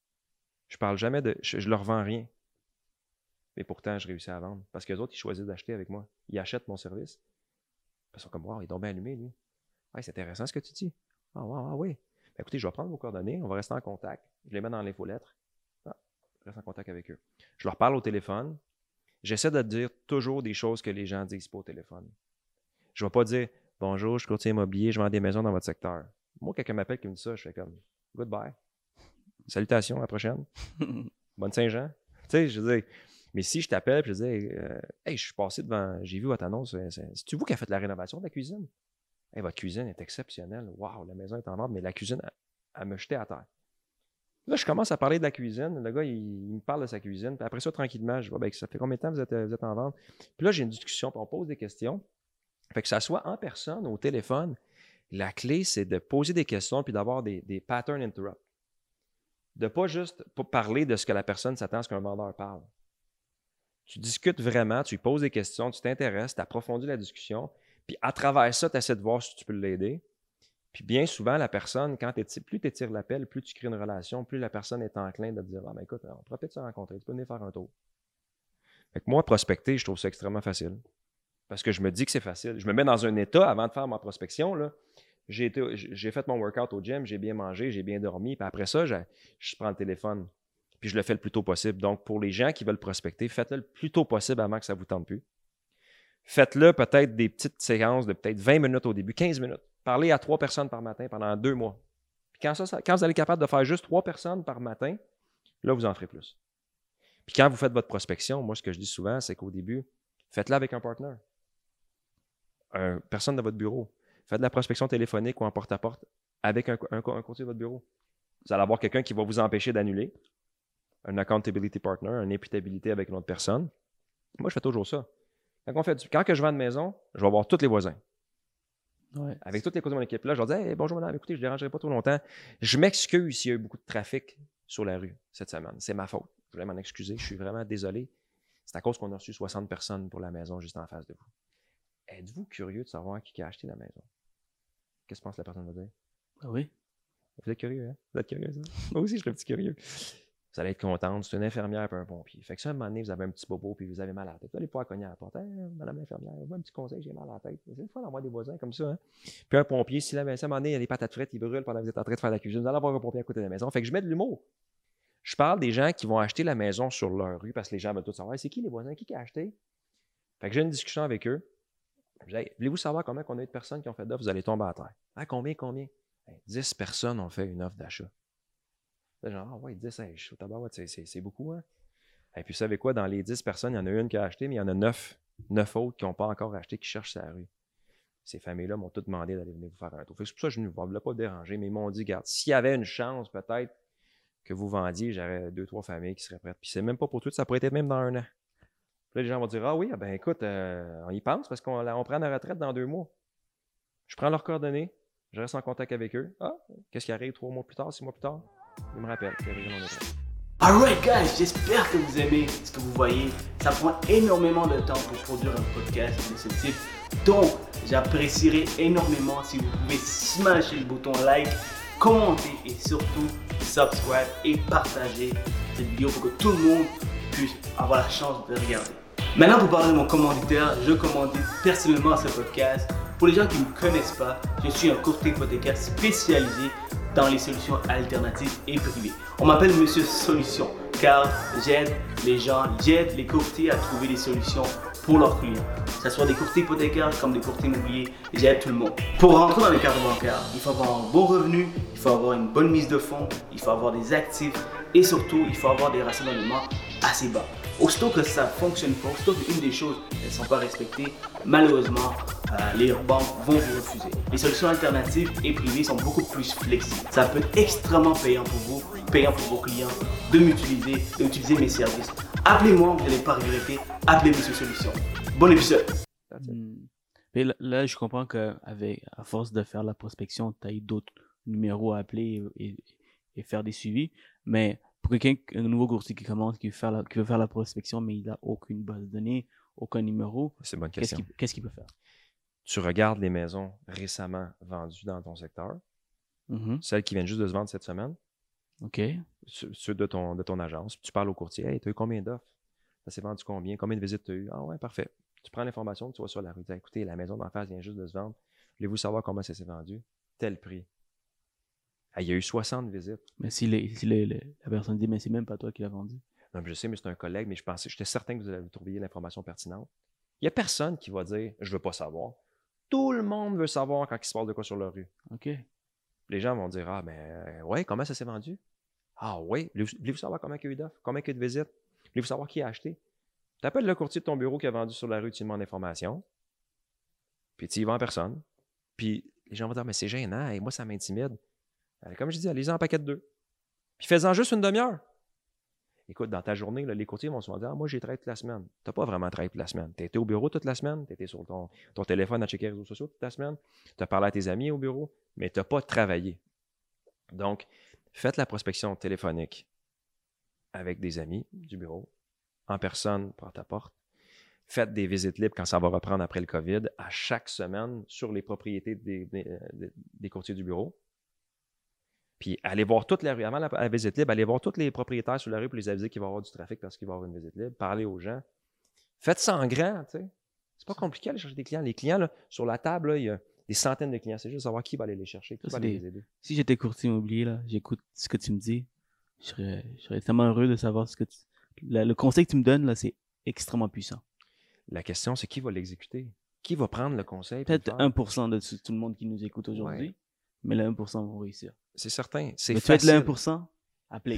Je parle jamais de... Je, je leur vends rien. Mais pourtant, je réussis à vendre. Parce que les autres, ils choisissent d'acheter avec moi. Ils achètent mon service. Ils sont comme, wow, il est donc bien allumé, lui. Ouais, c'est intéressant ce que tu dis. Ah, wow, ah oui. Ben, écoutez, je vais prendre vos coordonnées. On va rester en contact. Je les mets dans l'infolettre. Ah, je reste en contact avec eux. Je leur parle au téléphone. J'essaie de dire toujours des choses que les gens disent pas au téléphone. Je ne vais pas dire, bonjour, je suis courtier immobilier, je vends des maisons dans votre secteur. Moi, quelqu'un m'appelle qui me dit ça, je fais comme, goodbye. Salutations, à la prochaine. Bonne Saint-Jean. Tu sais, je veux dire, mais si je t'appelle et je dis, euh, hey, je suis passé devant, j'ai vu votre annonce, c'est-tu vous qui avez fait la rénovation de la cuisine? Hey, votre cuisine est exceptionnelle. Waouh, la maison est en vente, mais la cuisine, elle, elle me jetait à terre. Là, je commence à parler de la cuisine. Le gars, il, il me parle de sa cuisine. Puis après ça, tranquillement, je vois, ben, ça fait combien de temps que vous êtes, vous êtes en vente? Puis là, j'ai une discussion, puis on pose des questions. Fait que ça soit en personne, au téléphone, la clé, c'est de poser des questions puis d'avoir des, des pattern interrupt. De pas juste parler de ce que la personne s'attend à ce qu'un vendeur parle. Tu discutes vraiment, tu lui poses des questions, tu t'intéresses, tu approfondis la discussion, puis à travers ça, tu essaies de voir si tu peux l'aider. Puis bien souvent, la personne, quand t'es, plus tu étires l'appel, plus tu crées une relation, plus la personne est encline de te dire « Ah, ben écoute, on pourrait peut-être se rencontrer, tu peux venir faire un tour. » Fait que moi, prospecter, je trouve ça extrêmement facile. Parce que je me dis que c'est facile. Je me mets dans un état, avant de faire ma prospection, là, j'ai, été, j'ai fait mon workout au gym, j'ai bien mangé, j'ai bien dormi, puis après ça, je, je prends le téléphone, puis je le fais le plus tôt possible. Donc, pour les gens qui veulent prospecter, faites-le le plus tôt possible avant que ça ne vous tente plus. Faites-le peut-être des petites séquences de peut-être vingt minutes au début, quinze minutes. Parlez à trois personnes par matin pendant deux mois. Puis quand, ça, ça, quand vous allez être capable de faire juste trois personnes par matin, là, vous en ferez plus. Puis quand vous faites votre prospection, moi, ce que je dis souvent, c'est qu'au début, faites-le avec un partenaire. Un, personne de votre bureau. Faites de la prospection téléphonique ou en porte-à-porte avec un, un, un courtier de votre bureau. Vous allez avoir quelqu'un qui va vous empêcher d'annuler, un accountability partner, une imputabilité avec une autre personne. Moi, je fais toujours ça. Quand, on fait du, quand que je vends une maison, je vais voir tous les voisins. Ouais. Avec tous les courtiers de mon équipe. Là, je leur dis hey, bonjour madame, écoutez, je ne dérangerai pas trop longtemps. Je m'excuse s'il y a eu beaucoup de trafic sur la rue cette semaine. C'est ma faute. Je voulais m'en excuser. Je suis vraiment désolé. C'est à cause qu'on a reçu soixante personnes pour la maison juste en face de vous. Êtes-vous curieux de savoir qui a acheté la maison? Qu'est-ce que pense la personne va dire? Ah oui. Vous êtes curieux, hein? Vous êtes curieux, ça? Moi aussi, je suis un petit curieux. Vous allez être contente. C'est une infirmière et un pompier. Fait que ça, à un moment donné, vous avez un petit bobo puis vous avez mal à la tête. Vous allez pouvoir cogner à la porte. Hey, madame l'infirmière, vous un petit conseil, j'ai mal à la tête. C'est une fois d'avoir des voisins comme ça. Hein? Puis un pompier, si la, à un moment donné, il y a des patates frites, il brûle pendant que vous êtes en train de faire la cuisine, vous allez avoir un pompier à côté de la maison. Fait que je mets de l'humour. Je parle des gens qui vont acheter la maison sur leur rue parce que les gens veulent tout savoir. C'est qui les voisins? Qui, qui a acheté? Fait que j'ai une discussion avec eux. Je dis, hey, voulez-vous savoir combien on a eu de personnes qui ont fait d'offres? Vous allez tomber à terre. Ah, combien, combien? Hey, dix personnes ont fait une offre d'achat. Là, genre, ah ouais, dix, hey, je tabac, c'est, c'est, c'est beaucoup, hein? Et puis, vous savez quoi? Dans les dix personnes, il y en a une qui a acheté, mais il y en a neuf, neuf autres qui n'ont pas encore acheté, qui cherchent sa rue. Ces familles-là m'ont toutes demandé d'aller venir vous faire un tour. Fait que c'est pour ça que je ne voulais pas déranger, mais ils m'ont dit, regarde, s'il y avait une chance, peut-être, que vous vendiez, j'aurais deux, trois familles qui seraient prêtes. Puis c'est même pas pour tout, ça pourrait être même dans un an. Puis là, les gens vont dire, ah oui, ben écoute, euh, on y pense parce qu'on on prend la retraite dans deux mois. Je prends leurs coordonnées, je reste en contact avec eux. Ah, qu'est-ce qui arrive trois mois plus tard, six mois plus tard? Ils me rappellent. Alright guys, j'espère que vous aimez ce que vous voyez. Ça prend énormément de temps pour produire un podcast de ce type. Donc, j'apprécierais énormément si vous pouvez smasher le bouton like, commenter et surtout subscribe et partager cette vidéo pour que tout le monde puisse avoir la chance de regarder. Maintenant, pour parler de mon commanditaire, je commandite personnellement ce podcast. Pour les gens qui ne me connaissent pas, je suis un courtier hypothécaire spécialisé dans les solutions alternatives et privées. On m'appelle Monsieur Solution car j'aide les gens, j'aide les courtiers à trouver des solutions pour leurs clients. Que ce soit des courtiers hypothécaires comme des courtiers immobiliers, j'aide tout le monde. Pour rentrer dans les cartes bancaires, il faut avoir un bon revenu, il faut avoir une bonne mise de fonds, il faut avoir des actifs et surtout, il faut avoir des ratios d'endettement assez bas. Aussitôt que ça ne fonctionne pas, aussitôt qu'une des choses ne sont pas respectées, malheureusement, euh, les banques vont vous refuser. Les solutions alternatives et privées sont beaucoup plus flexibles. Ça peut être extrêmement payant pour vous, payant pour vos clients, de m'utiliser, d'utiliser mes services. Appelez-moi, vous n'allez pas regretter. Appelez Monsieur Solution. Bon épisode. Hmm. Et là, là, je comprends qu'avec à force de faire la prospection, tu as eu d'autres numéros à appeler et, et, et faire des suivis. Mais pour quelqu'un, un nouveau courtier qui commence, qui veut faire la, qui veut faire la prospection, mais il n'a aucune base de données, aucun numéro, C'est une bonne qu'est-ce question. qu'il, qu'est-ce qu'il peut faire? Tu regardes les maisons récemment vendues dans ton secteur, Mm-hmm. celles qui viennent juste de se vendre cette semaine, OK. ceux ceux de ton, de ton agence. Puis tu parles au courtier. Hey, tu as eu combien d'offres? Ça s'est vendu combien? Combien de visites tu as eu? Ah ouais, parfait. Tu prends l'information, tu vas sur la rue. Tu dis, écoutez, la maison d'en face vient juste de se vendre. Voulez-vous savoir comment ça s'est vendu? Tel prix. Ah, il y a eu soixante visites. Mais si, les, si les, les- la personne dit, mais c'est même pas toi qui l'as vendu. Non, je sais, mais c'est un collègue, mais je pensais, j'étais certain que vous allez trouver l'information pertinente. Il n'y a personne qui va dire, je veux pas savoir. Tout le monde veut savoir quand il se passe de quoi sur leur rue. OK. Les gens vont dire, ah, ben, euh, ouais, comment ça s'est vendu? Ah, oui. Voulez-vous voulez-vous savoir combien il y a eu d'offres? Combien il y a eu de visites? Voulez-vous savoir qui a acheté? Tu appelles le courtier de ton bureau qui a vendu sur la rue, tu lui demandes l'information. Puis tu y vas en personne. Puis les gens vont dire, mais c'est gênant, et moi, ça m'intimide. Euh, Comme je dis, allez-y en paquet de deux. Puis fais-en juste une demi-heure. Écoute, dans ta journée, là, les courtiers vont souvent dire, ah, moi, j'ai travaillé toute la semaine. Tu n'as pas vraiment travaillé toute la semaine. Tu étais au bureau toute la semaine, tu étais sur ton, ton téléphone à checker les réseaux sociaux toute la semaine, tu as parlé à tes amis au bureau, mais tu n'as pas travaillé. Donc, faites la prospection téléphonique avec des amis du bureau, en personne, porte à porte. Faites des visites libres quand ça va reprendre après le COVID, à chaque semaine sur les propriétés des, des, des courtiers du bureau. Puis allez voir toute la rue. Avant la, la visite libre, allez voir tous les propriétaires sur la rue pour les aviser qu'il va y avoir du trafic parce qu'il va y avoir une visite libre. Parlez aux gens. Faites ça en grand, tu sais. C'est pas compliqué d'aller chercher des clients. Les clients, là, sur la table, là, il y a des centaines de clients. C'est juste savoir qui va aller les chercher, qui Ça, va c'est aller des- les aider. Si j'étais courtier immobilier, là, j'écoute ce que tu me dis. Je serais, je serais tellement heureux de savoir ce que tu... la- le conseil que tu me donnes, là, c'est extrêmement puissant. La question, c'est qui va l'exécuter? Qui va prendre le conseil? pour le Peut-être faire? un pour cent de tout tout le monde qui nous écoute aujourd'hui, Ouais. mais le un pour cent vont réussir. C'est certain. C'est Mais tu veux être facile. le un pour cent? Appelez.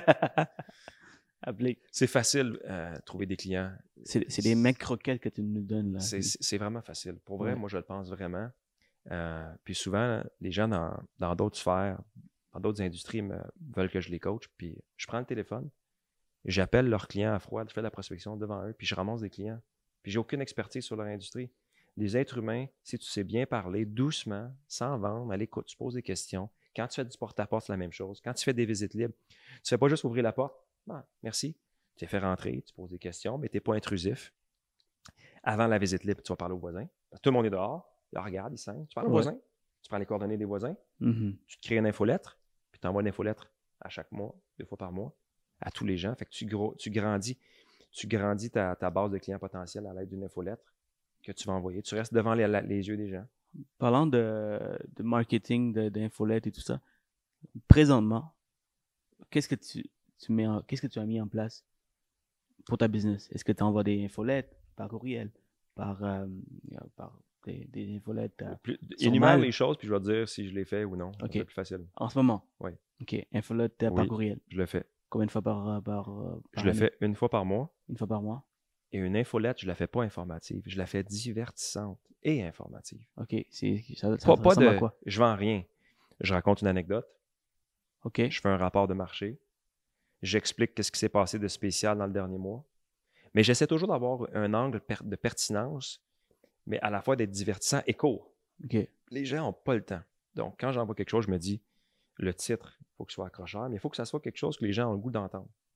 Appelez. C'est facile euh, trouver des clients. C'est c'est des mecs croquettes que tu nous donnes, là. C'est c'est- c'est vraiment facile. Pour vrai, Ouais. moi, je le pense vraiment. Euh, puis souvent, les gens dans dans d'autres sphères, dans d'autres industries me, veulent que je les coach. Puis je prends le téléphone, j'appelle leurs clients à froid, je fais de la prospection devant eux, puis je ramasse des clients. Puis j'ai aucune expertise sur leur industrie. Les êtres humains, si tu sais bien parler, doucement, sans vendre, à l'écoute, tu poses des questions. Quand tu fais du porte-à-porte, c'est la même chose. Quand tu fais des visites libres, tu fais pas juste ouvrir la porte. Ah, merci. Tu les fais rentrer, tu poses des questions, mais tu n'es pas intrusif. Avant la visite libre, tu vas parler aux voisins. Parce que tout le monde est dehors. Ils regardent, ils sentent. Tu parles aux Ouais. voisins. Tu prends les coordonnées des voisins. Mhm. Tu te crées une infolettre. Puis tu envoies une infolettre à chaque mois, deux fois par mois, à tous les gens. Fait que tu, gros, tu grandis, tu grandis ta, ta base de clients potentiels à l'aide d'une infolettre que tu vas envoyer. Tu restes devant les, les yeux des gens. Parlant de, de marketing, de- d'infolette et tout ça, présentement, qu'est-ce que tu, tu mets en- qu'est-ce que tu as mis en place pour ta business? Est-ce que tu envoies des infolettes par courriel, par, euh, par des, des infolettes euh, Plus, Sur énumère Mail. les choses, puis je vais te dire si je l'ai fait ou non. Ok. C'est plus facile. en ce moment? Oui. OK. Infolettes euh, par Oui. courriel. Je le fais. Combien de fois par, euh, par, euh, par Je le année? fais une fois par mois. Une fois par mois? Et une infolette, je la fais pas informative. Je la fais divertissante et informative. OK. C'est, ça, ça Pas, pas ressemble de. à quoi? Je vends rien. Je raconte une anecdote. OK. Je fais un rapport de marché. J'explique ce qui s'est passé de spécial dans le dernier mois. Mais j'essaie toujours d'avoir un angle per- de pertinence, mais à la fois d'être divertissant et court. OK. Les gens n'ont pas le temps. Donc, quand j'envoie quelque chose, je me dis, le titre, il faut que ce soit accrocheur, mais il faut que ça soit quelque chose que les gens ont le goût d'entendre.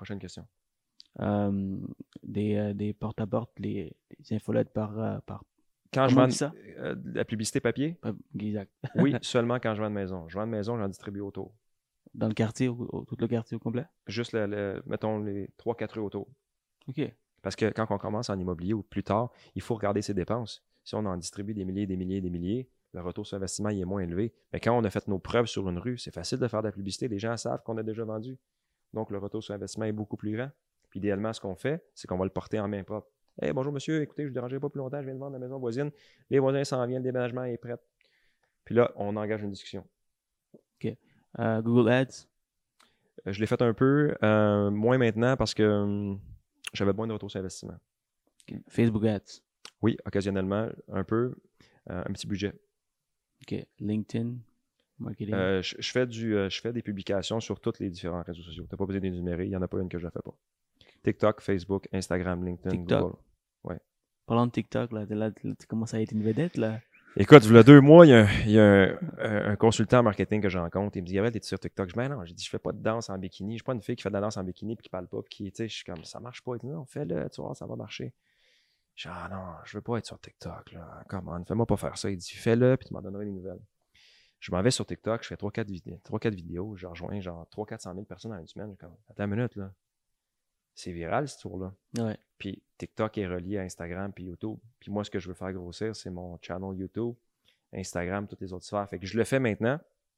Prochaine question. Euh, des, euh, des porte-à-porte, les, les infolettes par... euh, par... Quand je Comment on vends dit ça? euh, de la publicité papier, Euh, Exact. oui, seulement quand je vends de maison. Je vends de maison, j'en distribue autour. Dans le quartier, au, au- tout le quartier au complet? Juste, le, le- mettons, les trois quatre rues autour. OK. Parce que quand on commence en immobilier ou plus tard, il faut regarder ses dépenses. Si on en distribue des milliers, des milliers, des milliers, le retour sur investissement il est moins élevé. Mais quand on a fait nos preuves sur une rue, c'est facile de faire de la publicité. Les gens savent qu'on a déjà vendu. Donc, le retour sur investissement est beaucoup plus grand. Puis, idéalement, ce qu'on fait, c'est qu'on va le porter en main propre. « Hey, bonjour monsieur, écoutez, je ne dérangerai pas plus longtemps, je viens de vendre la maison voisine. Les voisins s'en viennent, le déménagement est prêt. » Puis là, on engage une discussion. OK. Euh, Google Ads? Je l'ai fait un peu, euh, moins maintenant parce que hum, j'avais moins de retour sur investissement. OK. Facebook Ads? Oui, occasionnellement, un peu, euh, un petit budget. OK. LinkedIn? Marketing? Euh, je, je fais du, euh, je fais des publications sur tous les différents réseaux sociaux. Tu n'as pas besoin d'énumérer, il n'y en a pas une que je ne fais pas. TikTok, Facebook, Instagram, LinkedIn, TikTok. Google. Ouais. Parlant de TikTok, là, là, là, tu commences à être une vedette, là. Écoute, il y a deux mois, il y a, un, il y a un, un, un consultant en marketing que je rencontre. Il me dit, Gabriel, t'es-tu sur TikTok? Je dis, ben non, je dis, je fais pas de danse en bikini. Je suis pas une fille qui fait de la danse en bikini puis qui parle pas. Puis qui, tu sais, je suis comme, ça marche pas. Il dit, non, fais-le, tu vois, ça va marcher. Je dis, ah non, je veux pas être sur TikTok, là. Comment, fais-moi pas faire ça. Il dit, fais-le puis tu m'en donneras des nouvelles. Je m'en vais sur TikTok, je fais trois quatre vidéos, trois quatre vidéos, je rejoins genre trois cents à quatre cent mille personnes en une semaine. Je suis comme, attends une minute, là. C'est viral, ce tour-là. Ouais. Puis TikTok est relié à Instagram puis YouTube. Puis moi, ce que je veux faire grossir, c'est mon channel YouTube, Instagram, toutes les autres sphères. Fait que je le fais maintenant.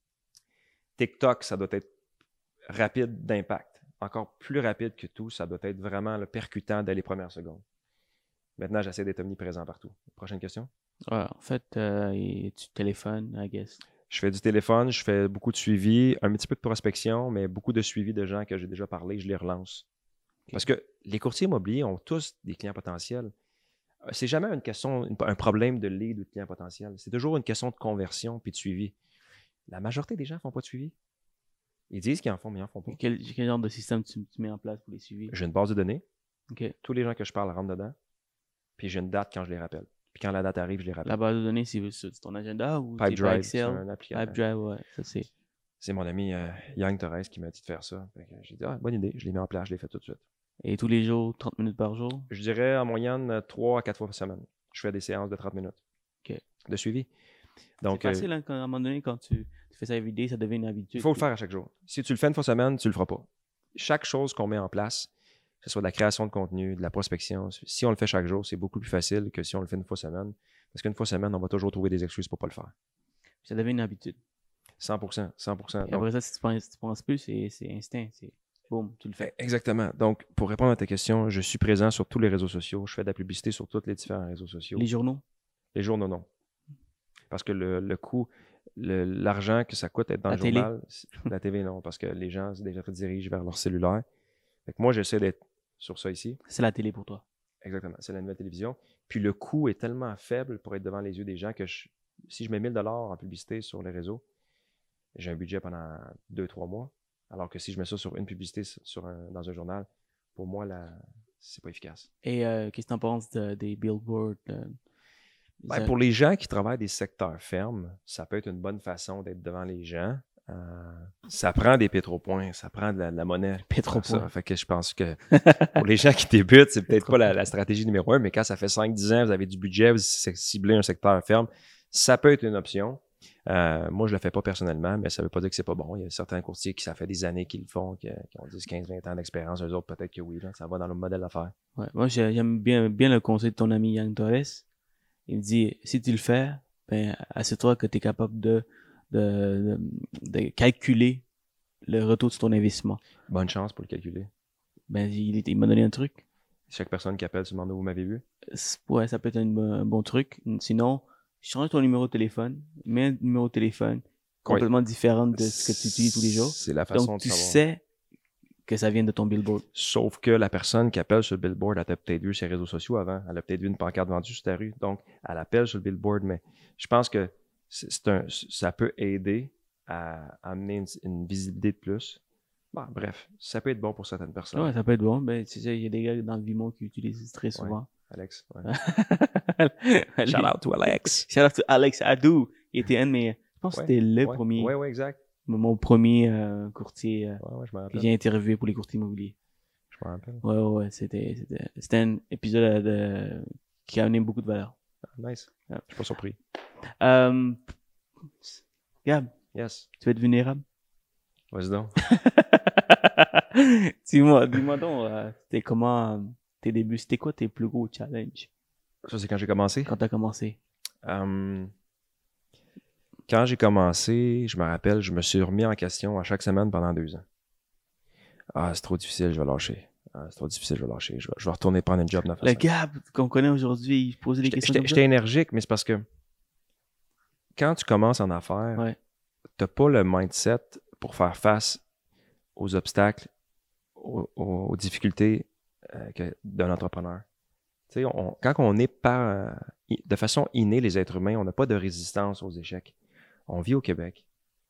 TikTok, ça doit être rapide d'impact. Encore plus rapide que tout. Ça doit être vraiment le percutant dès les premières secondes. Maintenant, j'essaie d'être omniprésent partout. Prochaine question? Ouais, en fait, euh, et tu téléphones, I guess. Je fais du téléphone, je fais beaucoup de suivi, un petit peu de prospection, mais beaucoup de suivi de gens que j'ai déjà parlé, je les relance. Okay. Parce que les courtiers immobiliers ont tous des clients potentiels. C'est jamais une question, un problème de lead ou de client potentiel. C'est toujours une question de conversion puis de suivi. La majorité des gens ne font pas de suivi. Ils disent qu'ils en font, mais ils n'en font pas. Quel, quel genre de système tu, tu mets en place pour les suivis? J'ai une base de données. Okay. Tous les gens que je parle rentrent dedans. Puis j'ai une date quand je les rappelle. Puis quand la date arrive, je les rappelle. La base de données, c'est, c'est ton agenda ou Pipe c'est Drive, Excel? c'est un application. Pipe Drive, ouais, ça c'est. C'est mon ami euh, Yang Torres qui m'a dit de faire ça. J'ai dit, ah, bonne idée, je l'ai mis en place, je l'ai fait tout de suite. Et tous les jours, trente minutes par jour? Je dirais en moyenne trois à quatre fois par semaine. Je fais des séances de trente minutes okay. de suivi. Donc, c'est facile, euh, hein, quand, à un moment donné, quand tu, tu fais ça every day, ça devient une habitude. Il faut le faire à chaque jour. Si tu le fais une fois semaine, tu le feras pas. Chaque chose qu'on met en place, que ce soit de la création de contenu, de la prospection, si on le fait chaque jour, c'est beaucoup plus facile que si on le fait une fois semaine. Parce qu'une fois semaine, on va toujours trouver des excuses pour pas le faire. Ça devient une habitude. cent pour cent, cent pour cent. Et après ça, si tu penses, si tu penses plus, c'est, c'est instinct. C'est boum, tu le fais. Exactement. Donc, pour répondre à ta question, je suis présent sur tous les réseaux sociaux. Je fais de la publicité sur tous les différents réseaux sociaux. Les journaux? Les journaux, non. Parce que le, le coût, le, l'argent que ça coûte être dans la le télé. journal, la T V, non. Parce que les gens déjà se dirigent vers leur cellulaire. Fait que moi, j'essaie d'être sur ça ici. C'est la télé pour toi. Exactement. C'est la nouvelle télévision. Puis le coût est tellement faible pour être devant les yeux des gens que je, si je mets mille dollars en publicité sur les réseaux, j'ai un budget pendant deux trois mois. Alors que si je mets ça sur une publicité sur un, dans un journal, pour moi, là, c'est pas efficace. Et euh, qu'est-ce que tu en penses de, des billboards? Euh, ben, ça... Pour les gens qui travaillent des secteurs fermes, ça peut être une bonne façon d'être devant les gens. Euh, ça prend des pétropoints, ça prend de la, de la monnaie. Pétropoints. Fait que je pense que pour les gens qui débutent, c'est peut-être pas la, la stratégie numéro un, mais quand ça fait cinq dix ans, vous avez du budget, vous ciblez un secteur ferme, ça peut être une option. Euh, moi, je le fais pas personnellement, mais ça veut pas dire que c'est pas bon. Il y a certains courtiers qui, ça fait des années qu'ils le font, qui, qui ont dix, quinze, vingt ans d'expérience. Eux autres, peut-être que oui, là, ça va dans le modèle d'affaires. Ouais, moi, j'aime bien, bien le conseil de ton ami Yang Torres. Il me dit, si tu le fais, ben, assure-toi que tu es capable de, de, de, de calculer le retour de ton investissement. Bonne chance pour le calculer. Ben, il, il m'a donné un truc. Chaque personne qui appelle se demande où vous m'avez vu. Ouais, ça peut être un, un bon truc. Sinon, change ton numéro de téléphone, mets un numéro de téléphone complètement oui. différent de ce que tu utilises tous les jours. C'est la façon Donc, de tu savoir. sais que ça vient de ton billboard. Sauf que la personne qui appelle sur le billboard, elle a peut-être vu ses réseaux sociaux avant. Elle a peut-être vu une pancarte vendue sur ta rue. Donc, elle appelle sur le billboard. Mais je pense que c'est, c'est un, ça peut aider à amener une, une visibilité de plus. Bon, bref, ça peut être bon pour certaines personnes. Ouais, ça peut être bon. Ben, tu sais, il y a des gars dans le Vimont qui utilisent très souvent. Ouais. Alex. Ouais. Shout out to Alex. Shout out to Alex Adou. Il était un de mes. Je pense ouais, que c'était le ouais, premier. Ouais, ouais, exact. Mon premier euh, courtier euh, ouais, ouais, je que j'ai interviewé pour les courtiers immobiliers. Je me rappelle. Ouais, ouais, ouais, c'était, c'était, c'était un épisode de, qui a amené beaucoup de valeur. Ah, nice. Ouais. Je suis pas surpris. Euh, Gab, Yes. tu veux être vulnérable? Vas-y donc. dis-moi, dis-moi donc, euh, c'était comment euh, tes débuts? C'était quoi tes plus gros challenges Ça, c'est quand j'ai commencé. quand t'as commencé? Um, quand j'ai commencé, je me rappelle, je me suis remis en question à chaque semaine pendant deux ans. Ah, c'est trop difficile, je vais lâcher. Ah, c'est trop difficile, je vais lâcher. Je vais, je vais retourner prendre un job dans Le Gab qu'on connaît aujourd'hui, il posait des J'étais, questions j'étais, comme ça. j'étais énergique, mais c'est parce que quand tu commences en affaires, Ouais. t'as pas le mindset pour faire face aux obstacles, aux, aux- aux difficultés euh, que- d'un entrepreneur. Tu sais, on- quand on est par, euh, i- de façon innée, les êtres humains, on n'a pas de résistance aux échecs. On vit au Québec,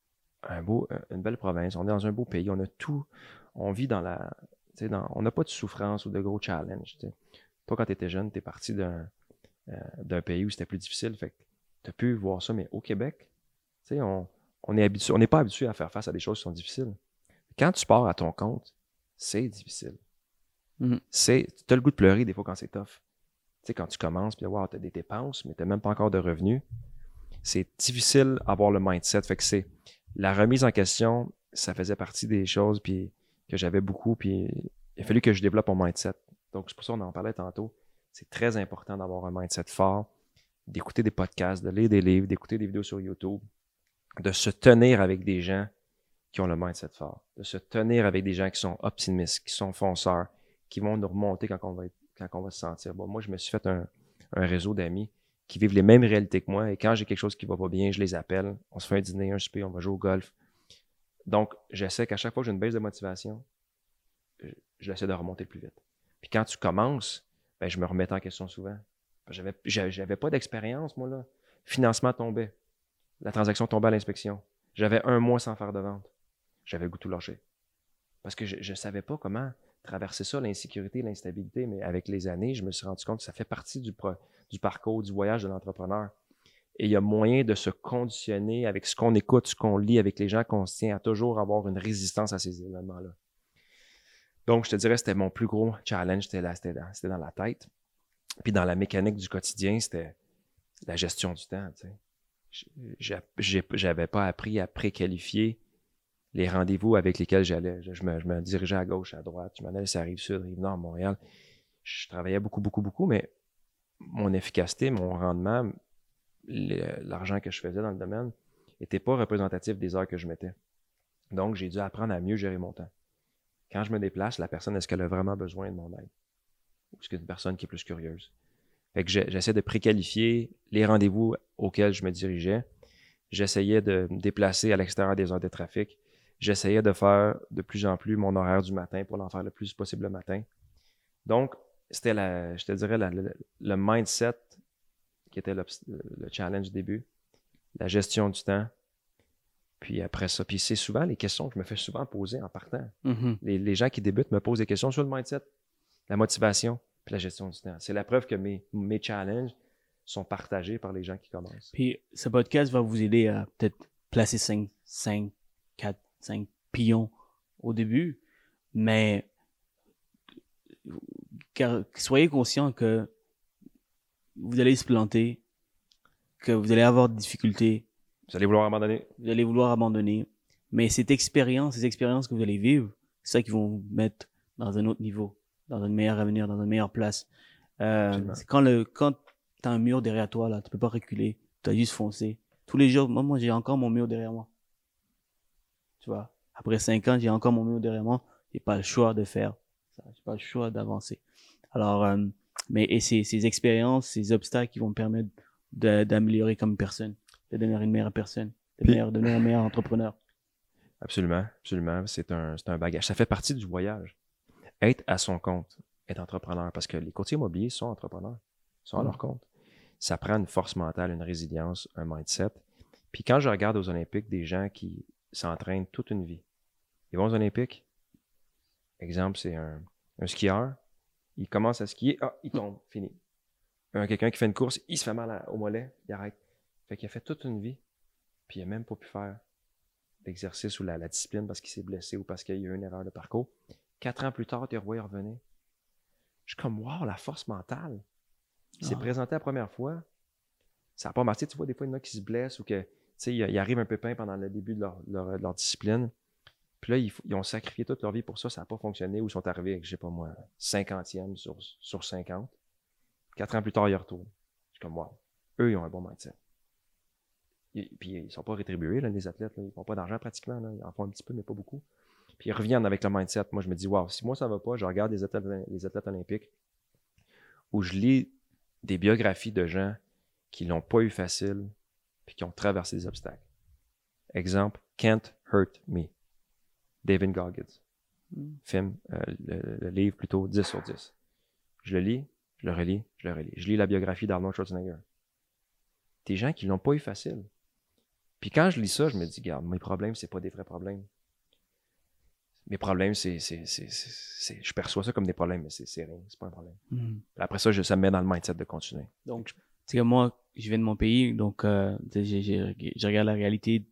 un beau, euh, une belle province, on est dans un beau pays, on a tout, on vit dans la, tu sais, dans, on n'a pas de souffrance ou de gros challenges. Tu sais. Toi, quand tu étais jeune, tu es parti d'un, euh, d'un pays où c'était plus difficile, fait que tu as pu voir ça, mais au Québec, tu sais, on, on est habitué, on n'est pas habitué à faire face à des choses qui sont difficiles. Quand tu pars à ton compte, c'est difficile. Mhm. C'est, tu as le goût de pleurer des fois quand c'est tough. Tu sais, quand tu commences, puis wow, tu as des dépenses, mais tu n'as même pas encore de revenus. C'est difficile d'avoir le mindset. Fait que c'est la remise en question, ça faisait partie des choses puis, que j'avais beaucoup, puis il a fallu que je développe mon mindset. Donc, c'est pour ça qu'on en parlait tantôt. C'est très important d'avoir un mindset fort, d'écouter des podcasts, de lire des livres, d'écouter des vidéos sur YouTube, de se tenir avec des gens qui ont le mindset fort, de se tenir avec des gens qui sont optimistes, qui sont fonceurs, qui vont nous remonter quand on va, être, quand on va se sentir. Bon, moi, je me suis fait un, un réseau d'amis qui vivent les mêmes réalités que moi, et quand j'ai quelque chose qui va pas bien, je les appelle, on se fait un dîner, un souper, on va jouer au golf. Donc, j'essaie qu'à chaque fois que j'ai une baisse de motivation, je, je essaie de remonter le plus vite. Puis quand tu commences, ben, je me remets en question souvent. J'avais, j'avais pas d'expérience, moi, là. Financement tombait. La transaction tombait à l'inspection. J'avais un mois sans faire de vente. J'avais le goût de tout lâcher. Parce que je ne savais pas comment traverser ça, l'insécurité, l'instabilité, mais avec les années, je me suis rendu compte que ça fait partie du, pro, du parcours, du voyage de l'entrepreneur. Et il y a moyen de se conditionner avec ce qu'on écoute, ce qu'on lit, avec les gens qu'on se tient à toujours avoir une résistance à ces événements-là. Donc, je te dirais, c'était mon plus gros challenge, c'était, là, c'était, dans, c'était dans la tête. Puis dans la mécanique du quotidien, c'était la gestion du temps. Tu sais. J'avais pas appris à préqualifier les rendez-vous avec lesquels j'allais. Je, je, me, je me dirigeais à gauche, à droite. Je m'en allais sur la Rive-Sud, Rive-Nord, Montréal. Je travaillais beaucoup, beaucoup, beaucoup, mais mon efficacité, mon rendement, le, l'argent que je faisais dans le domaine n'était pas représentatif des heures que je mettais. Donc, j'ai dû apprendre à mieux gérer mon temps. Quand je me déplace, la personne, est-ce qu'elle a vraiment besoin de mon aide? Ou est-ce qu'une une personne qui est plus curieuse? Fait que j'essaie de préqualifier les rendez-vous auxquels je me dirigeais. J'essayais de me déplacer à l'extérieur des heures de trafic. J'essayais de faire de plus en plus mon horaire du matin pour en faire le plus possible le matin. Donc, c'était, la, je te dirais, la, le, le mindset qui était le, le challenge du début, la gestion du temps, puis après ça. Puis c'est souvent les questions que je me fais souvent poser en partant. Mm-hmm. Les, les gens qui débutent me posent des questions sur le mindset, la motivation, puis la gestion du temps. C'est la preuve que mes, mes challenges sont partagés par les gens qui commencent. Puis ce podcast va vous aider à peut-être placer cinq, cinq, quatre, cinq pions au début, mais car, soyez conscient que vous allez se planter, que vous allez avoir des difficultés, vous allez vouloir abandonner. Vous allez vouloir abandonner, mais cette expérience, ces expériences que vous allez vivre, c'est ça qui vont vous mettre dans un autre niveau, dans un meilleur avenir, dans une meilleure place. Euh, c'est quand le quand t'as un mur derrière toi là, tu peux pas reculer, tu as juste foncé. Tous les jours, moi, moi j'ai encore mon mur derrière moi. Tu vois, après cinq ans, j'ai encore mon mur derrière moi. J'ai pas le choix de faire ça, j'ai pas le choix d'avancer. Alors, euh, mais et ces ces expériences, ces obstacles qui vont me permettre de, d'améliorer comme personne, de devenir une meilleure personne, de devenir, devenir un meilleur entrepreneur. Absolument, absolument. C'est un, c'est un bagage. Ça fait partie du voyage. Être à son compte, être entrepreneur, parce que les courtiers immobiliers sont entrepreneurs, sont à mmh. leur compte. Ça prend une force mentale, une résilience, un mindset. Puis quand je regarde aux Olympiques des gens qui s'entraînent toute une vie, ils vont aux Olympiques, exemple, c'est un, un skieur, il commence à skier, ah, il tombe, fini. Un, quelqu'un qui fait une course, il se fait mal à, au mollet, il arrête. Fait qu'il a fait toute une vie, puis il n'a même pas pu faire d'exercice ou la, la discipline parce qu'il s'est blessé ou parce qu'il y a eu une erreur de parcours. Quatre ans plus tard, tu revois revenir. Je suis comme, wow, la force mentale. Il s'est Ah. présenté la première fois. Ça n'a pas marché. Tu vois, des fois, il y en a qui se blessent ou que, tu sais, il, il arrive un pépin pendant le début de leur, leur, leur discipline. Puis là, ils, ils ont sacrifié toute leur vie pour ça. Ça n'a pas fonctionné ou ils sont arrivés avec, je sais pas moi, cinquantième sur, sur cinquante. Quatre ans plus tard, ils retournent. Je suis comme, wow. Eux, ils ont un bon mindset. Et, puis, ils ne sont pas rétribués, là, les athlètes. Là. Ils ne font pas d'argent pratiquement. Là. Ils en font un petit peu, mais pas beaucoup. Puis ils reviennent avec le mindset. Moi, je me dis, wow, si moi ça va pas, je regarde les athlètes, les athlètes olympiques où je lis des biographies de gens qui l'ont pas eu facile puis qui ont traversé des obstacles. Exemple, Can't Hurt Me. David Goggins. Mm. Film, euh, le, le livre plutôt dix sur dix. Je le lis, je le relis, je le relis. Je lis la biographie d'Arnold Schwarzenegger. Des gens qui l'ont pas eu facile. Puis quand je lis ça, je me dis, regarde, mes problèmes, c'est pas des vrais problèmes. Mes problèmes, c'est, c'est, c'est, c'est, c'est, je perçois ça comme des problèmes, mais c'est, c'est rien, c'est pas un problème. Mm. Après ça, je, ça me met dans le mindset de continuer. Donc, c'est que moi, je viens de mon pays, donc euh, j'ai, j'ai, je regarde la réalité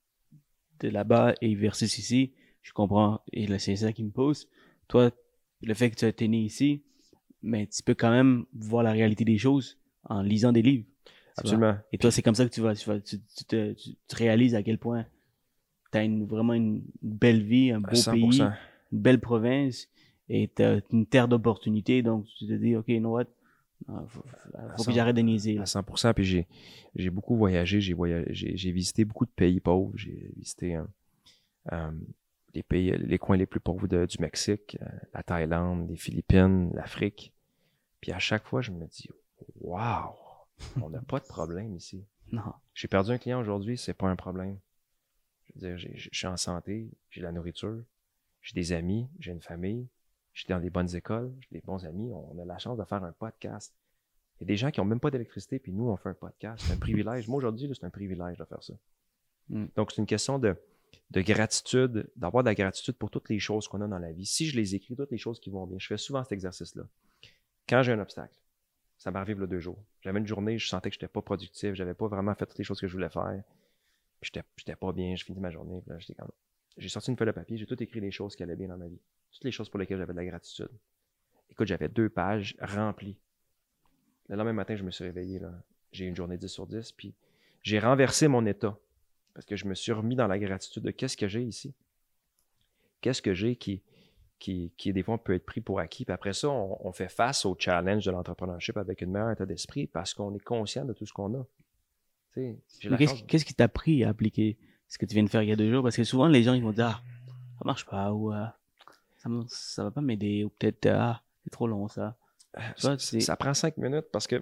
de là-bas et versus ici, je comprends, et là, c'est ça qui me pose. Toi, le fait que tu as été né ici, mais tu peux quand même voir la réalité des choses en lisant des livres. Absolument. Vois? Et toi, c'est comme ça que tu vas, tu, vas, tu, tu, te, tu, tu réalises à quel point t'as une, vraiment une belle vie, un beau cent pour cent. pays, une belle province, et t'as une terre d'opportunités, donc tu te dis, OK, you know what, il faut, faut que j'arrête de niaiser. Là. À cent pour cent, puis j'ai, j'ai beaucoup voyagé, j'ai, voyagé j'ai, j'ai visité beaucoup de pays pauvres, j'ai visité euh, euh, les pays, les coins les plus pauvres de, du Mexique, euh, la Thaïlande, les Philippines, l'Afrique, puis à chaque fois, je me dis, wow, on n'a pas de problème ici. Non. J'ai perdu un client aujourd'hui, c'est pas un problème. Je veux dire, j'ai, je suis en santé, j'ai de la nourriture, j'ai des amis, j'ai une famille, je suis dans des bonnes écoles, j'ai des bons amis, on a la chance de faire un podcast. Il y a des gens qui n'ont même pas d'électricité, puis nous, on fait un podcast. C'est un privilège. Moi, aujourd'hui, là, c'est un privilège de faire ça. Mm. Donc, c'est une question de, de gratitude, d'avoir de la gratitude pour toutes les choses qu'on a dans la vie. Si je les écris, toutes les choses qui vont bien, je fais souvent cet exercice-là. Quand j'ai un obstacle, ça m'arrive le deux jours. J'avais une journée, je sentais que je n'étais pas productif, j'avais pas vraiment fait toutes les choses que je voulais faire. Puis j'étais, j'étais pas bien, je finis ma journée. Puis là, j'étais comme... J'ai sorti une feuille de papier, j'ai tout écrit les choses qui allaient bien dans ma vie. Toutes les choses pour lesquelles j'avais de la gratitude. Écoute, j'avais deux pages remplies. Le lendemain matin, je me suis réveillé, là. J'ai eu une journée dix sur dix, puis j'ai renversé mon état. Parce que je me suis remis dans la gratitude de qu'est-ce que j'ai ici. Qu'est-ce que j'ai qui, qui, qui des fois, peut être pris pour acquis. Puis après ça, on, on fait face au challenge de l'entrepreneurship avec une meilleure état d'esprit parce qu'on est conscient de tout ce qu'on a. Tu sais, j'ai la qu'est-ce, chance... qu'est-ce qui t'a pris à appliquer ce que tu viens de faire il y a deux jours? Parce que souvent, les gens, ils vont dire, ah, ça marche pas, ou ah, ça, ça va pas m'aider, ou peut-être, ah, c'est trop long, ça. Ça, ça prend cinq minutes parce que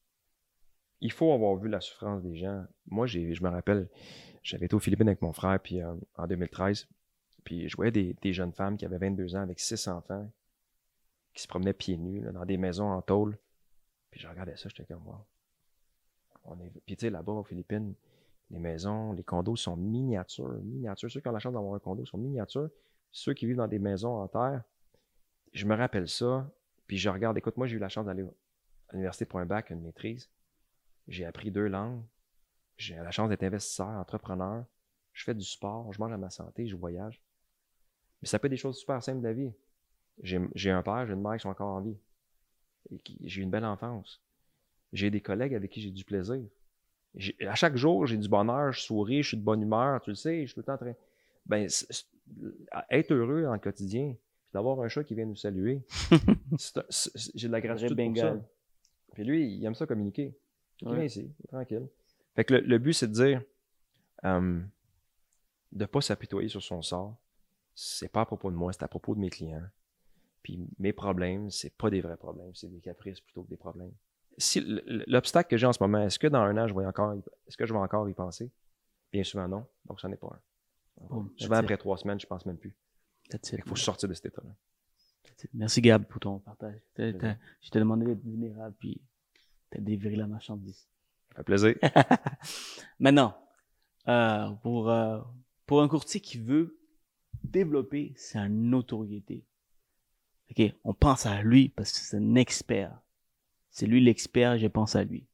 il faut avoir vu la souffrance des gens. Moi, j'ai, je me rappelle, j'avais été aux Philippines avec mon frère puis, euh, en deux mille treize, puis je voyais des, des jeunes femmes qui avaient vingt-deux ans avec six enfants qui se promenaient pieds nus là, dans des maisons en tôle. Puis je regardais ça, j'étais comme, wow. On est... Puis tu sais, là-bas aux Philippines, les maisons, les condos sont miniatures, miniatures. Ceux qui ont la chance d'avoir un condo sont miniatures. Ceux qui vivent dans des maisons en terre, je me rappelle ça. Puis je regarde, écoute, moi j'ai eu la chance d'aller à l'université pour un bac, une maîtrise. J'ai appris deux langues. J'ai la chance d'être investisseur, entrepreneur. Je fais du sport, je mange à ma santé, je voyage. Mais ça peut être des choses super simples de la vie. J'ai, j'ai un père, j'ai une mère qui sont encore en vie. Et qui, j'ai eu une belle enfance. J'ai des collègues avec qui j'ai du plaisir. J'ai, à chaque jour, j'ai du bonheur, je souris, je suis de bonne humeur, tu le sais, je suis tout le temps en train... Ben, c'est, c'est, être heureux dans le quotidien, d'avoir un chat qui vient nous saluer. c'est, c'est, j'ai de la gratitude pour ça. Puis lui, il aime ça communiquer. Il ouais. vient ici, il est tranquille. Fait que le, le but, c'est de dire euh, de ne pas s'apitoyer sur son sort. C'est pas à propos de moi, c'est à propos de mes clients. Puis mes problèmes, c'est pas des vrais problèmes, c'est des caprices plutôt que des problèmes. Si l'obstacle que j'ai en ce moment, est-ce que dans un an, je vais encore, est-ce que je vais encore y penser? Bien souvent non, donc ça n'est pas un. Bon, souvent après it. trois semaines, je pense même plus. Il faut sortir de cet état-là. Merci Gab pour ton partage. T'as, t'as, je t'ai demandé d'être vulnérable, puis t'as déviré la marchandise. Ça fait plaisir. Maintenant, euh, pour, euh, pour un courtier qui veut développer sa notoriété, ok, on pense à lui parce que c'est un expert. C'est lui l'expert, je pense à lui.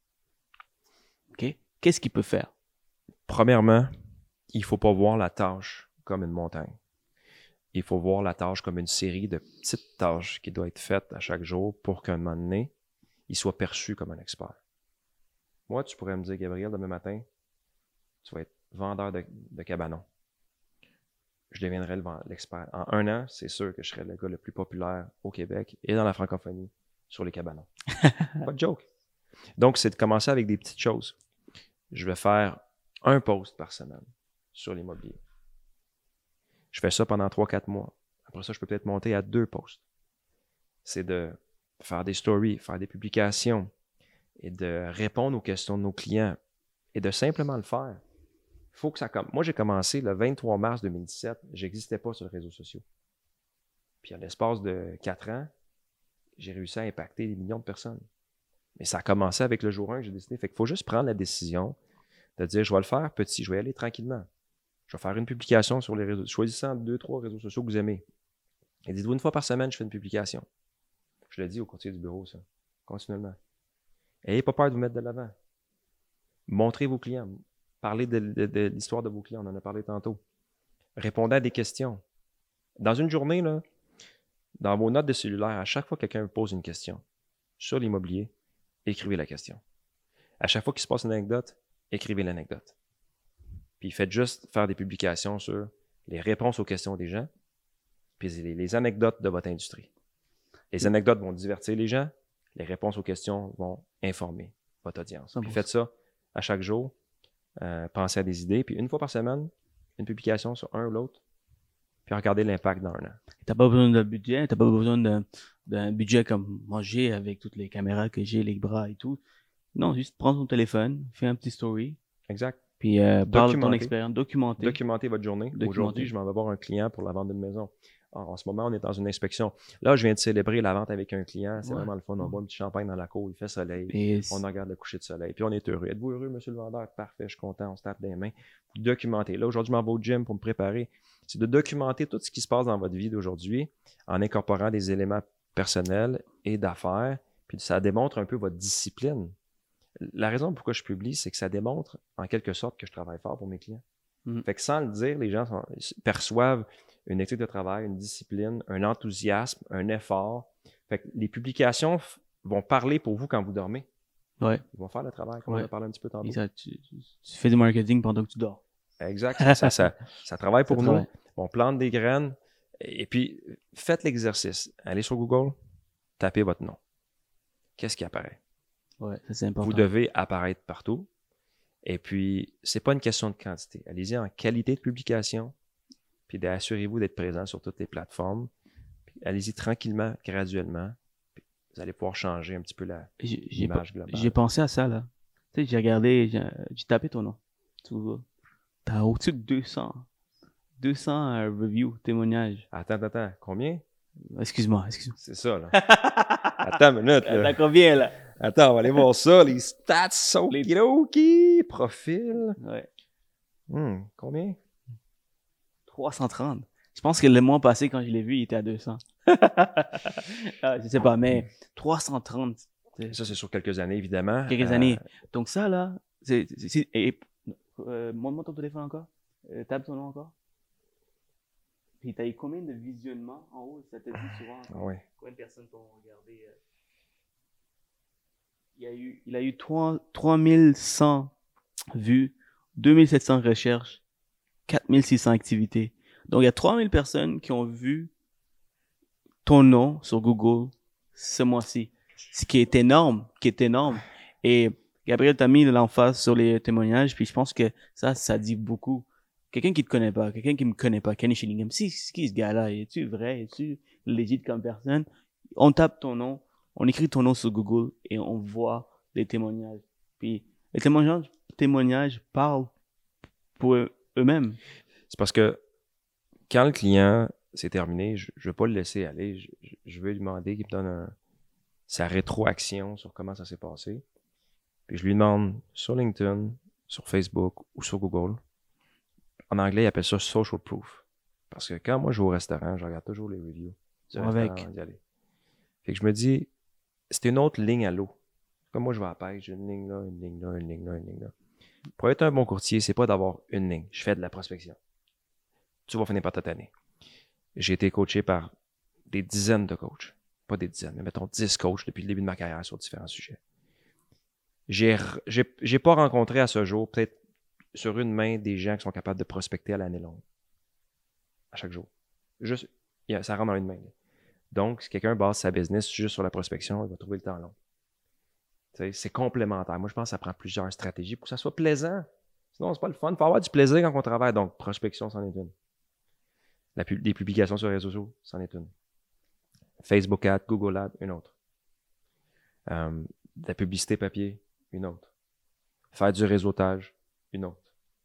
Ok, qu'est-ce qu'il peut faire? Premièrement, il ne faut pas voir la tâche comme une montagne. il faut voir la tâche comme une série de petites tâches qui doivent être faites à chaque jour pour qu'à un moment donné, il soit perçu comme un expert. Moi, tu pourrais me dire, Gabriel, demain matin, tu vas être vendeur de, de cabanons. Je deviendrai le, l'expert. En un an, c'est sûr que je serai le gars le plus populaire au Québec et dans la francophonie sur les cabanons. Pas de joke. Donc, c'est de commencer avec des petites choses. Je vais faire un post par semaine sur l'immobilier. Je fais ça pendant trois quatre mois. Après ça, je peux peut-être monter à deux posts. C'est de faire des stories, faire des publications et de répondre aux questions de nos clients et de simplement le faire. Faut que ça comme Moi, j'ai commencé le vingt-trois mars deux mille dix-sept. Je n'existais pas sur les réseaux sociaux. Puis, en l'espace de quatre ans, j'ai réussi à impacter des millions de personnes. Mais ça a commencé avec le jour un que j'ai décidé. Fait qu'il faut juste prendre la décision de dire, je vais le faire petit, je vais y aller tranquillement. Je vais faire une publication sur les réseaux. Choisissez deux, trois réseaux sociaux que vous aimez. Et dites-vous, une fois par semaine, je fais une publication. Je le dis au courtier du bureau, ça, continuellement. Ayez pas peur de vous mettre de l'avant. Montrez vos clients. Parlez de, de, de l'histoire de vos clients. On en a parlé tantôt. Répondez à des questions. Dans une journée, là, dans vos notes de cellulaire, à chaque fois que quelqu'un vous pose une question sur l'immobilier, écrivez la question. À chaque fois qu'il se passe une anecdote, écrivez l'anecdote. Puis faites juste faire des publications sur les réponses aux questions des gens, puis les, les anecdotes de votre industrie. Les anecdotes vont divertir les gens, les réponses aux questions vont informer votre audience. Puis faites ça à chaque jour, euh, pensez à des idées, puis une fois par semaine, une publication sur un ou l'autre, puis regardez l'impact dans un an. T'as pas besoin de budget, t'as pas besoin de, d'un budget comme moi j'ai avec toutes les caméras que j'ai, les bras et tout. Non, juste prends ton téléphone, fais un petit story. Exact. Puis euh, parle de ton expérience, documenter. Documenter votre journée. Documenter. Aujourd'hui, je m'en vais voir un client pour la vente d'une maison. Alors, en ce moment, on est dans une inspection. Là, je viens de célébrer la vente avec un client. C'est ouais. vraiment le fun. On boit un petit champagne dans la cour, il fait soleil. Puis on regarde le coucher de soleil. Puis on est heureux. Êtes-vous heureux, monsieur le vendeur? Parfait, je suis content. On se tape des mains. Vous documentez. Là, aujourd'hui, je m'en vais au gym pour me préparer. C'est de documenter tout ce qui se passe dans votre vie d'aujourd'hui en incorporant des éléments personnels et d'affaires. Puis ça démontre un peu votre discipline. La raison pourquoi je publie, c'est que ça démontre en quelque sorte que je travaille fort pour mes clients. Mm. Fait que sans le dire, les gens sont, perçoivent une éthique de travail, une discipline, un enthousiasme, un effort. Fait que les publications f- vont parler pour vous quand vous dormez. Ouais. Ils vont faire le travail, comme ouais. on a parlé un petit peu tantôt. Ça, tu, tu fais du marketing pendant que tu dors. Exact. ça, ça, ça, ça travaille pour ça nous. Travaille. On plante des graines. Et puis, faites l'exercice. Allez sur Google, tapez votre nom. Qu'est-ce qui apparaît? Ouais, ça c'est important. Vous devez apparaître partout. Et puis, c'est pas une question de quantité. Allez-y en qualité de publication, puis assurez-vous d'être présent sur toutes les plateformes. Puis allez-y tranquillement, graduellement. Puis vous allez pouvoir changer un petit peu la, j'ai, l'image j'ai, globale. J'ai pensé à ça, là. Tu sais, j'ai regardé, j'ai, j'ai tapé ton nom. Tu vois, t'as au-dessus de deux cents. deux cents euh, reviews, témoignages. Attends, attends, attends. Combien? Excuse-moi, excuse-moi. C'est ça, là. Attends une minute, là. T'as combien, là? Attends, on va aller voir ça. Les stats sont les profil. Ouais. Hmm, combien? trois cent trente. Je pense que le mois passé, quand je l'ai vu, il était à deux cents. ah, je sais pas, mais trois cent trente. C'est... Ça, c'est sur quelques années, évidemment. Quelques euh... années. Donc ça, là, c'est... c'est, c'est et, euh, montre-moi ton téléphone encore. Euh, tape ton nom encore. Puis t'as eu combien de visionnements en haut? Ça te dit souvent. Ah oui. Combien de personnes t'ont regardé? Euh... Il y a eu, il a eu trois mille cent vues, deux mille sept cents recherches, quatre mille six cents activités. Donc, il y a trois mille personnes qui ont vu ton nom sur Google ce mois-ci. Ce qui est énorme, qui est énorme. Et Gabriel t'a mis l'emphase sur les témoignages, puis je pense que ça, ça dit beaucoup. Quelqu'un qui te connaît pas, quelqu'un qui me connaît pas, Kenny Shillingham, c'est qui ce gars-là? Es-tu vrai? Es-tu legit comme personne? On tape ton nom, on écrit ton nom sur Google et on voit les témoignages. Puis les témoignages, témoignages parlent pour eux, eux-mêmes. C'est parce que quand le client c'est terminé, je ne veux pas le laisser aller. Je, je, je veux lui demander qu'il me donne un, sa rétroaction sur comment ça s'est passé. Puis je lui demande sur LinkedIn, sur Facebook ou sur Google. En anglais, ils appellent ça social proof. Parce que quand moi je vais au restaurant, je regarde toujours les reviews du Avec. restaurant d'y aller. Fait que je me dis, c'est une autre ligne à l'eau. Comme moi, je vais à la pêche, j'ai une ligne là, une ligne là, une ligne là, une ligne là. Pour être un bon courtier, c'est pas d'avoir une ligne. Je fais de la prospection. Tu vas finir par ta tannée. J'ai été coaché par des dizaines de coachs. Pas des dizaines, mais mettons dix coachs depuis le début de ma carrière sur différents sujets. J'ai, j'ai, j'ai pas rencontré à ce jour, peut-être sur une main, des gens qui sont capables de prospecter à l'année longue. À chaque jour. Juste, ça rentre dans une main. Donc, si quelqu'un base sa business juste sur la prospection, il va trouver le temps long. T'sais, c'est complémentaire. Moi, je pense que ça prend plusieurs stratégies pour que ça soit plaisant. Sinon, c'est pas le fun. Il faut avoir du plaisir quand on travaille. Donc, prospection, c'en est une. La pub- les publications sur les réseaux sociaux, c'en est une. Facebook Ads, Google Ads, une autre. Euh, de la publicité papier, une autre. Faire du réseautage, une autre.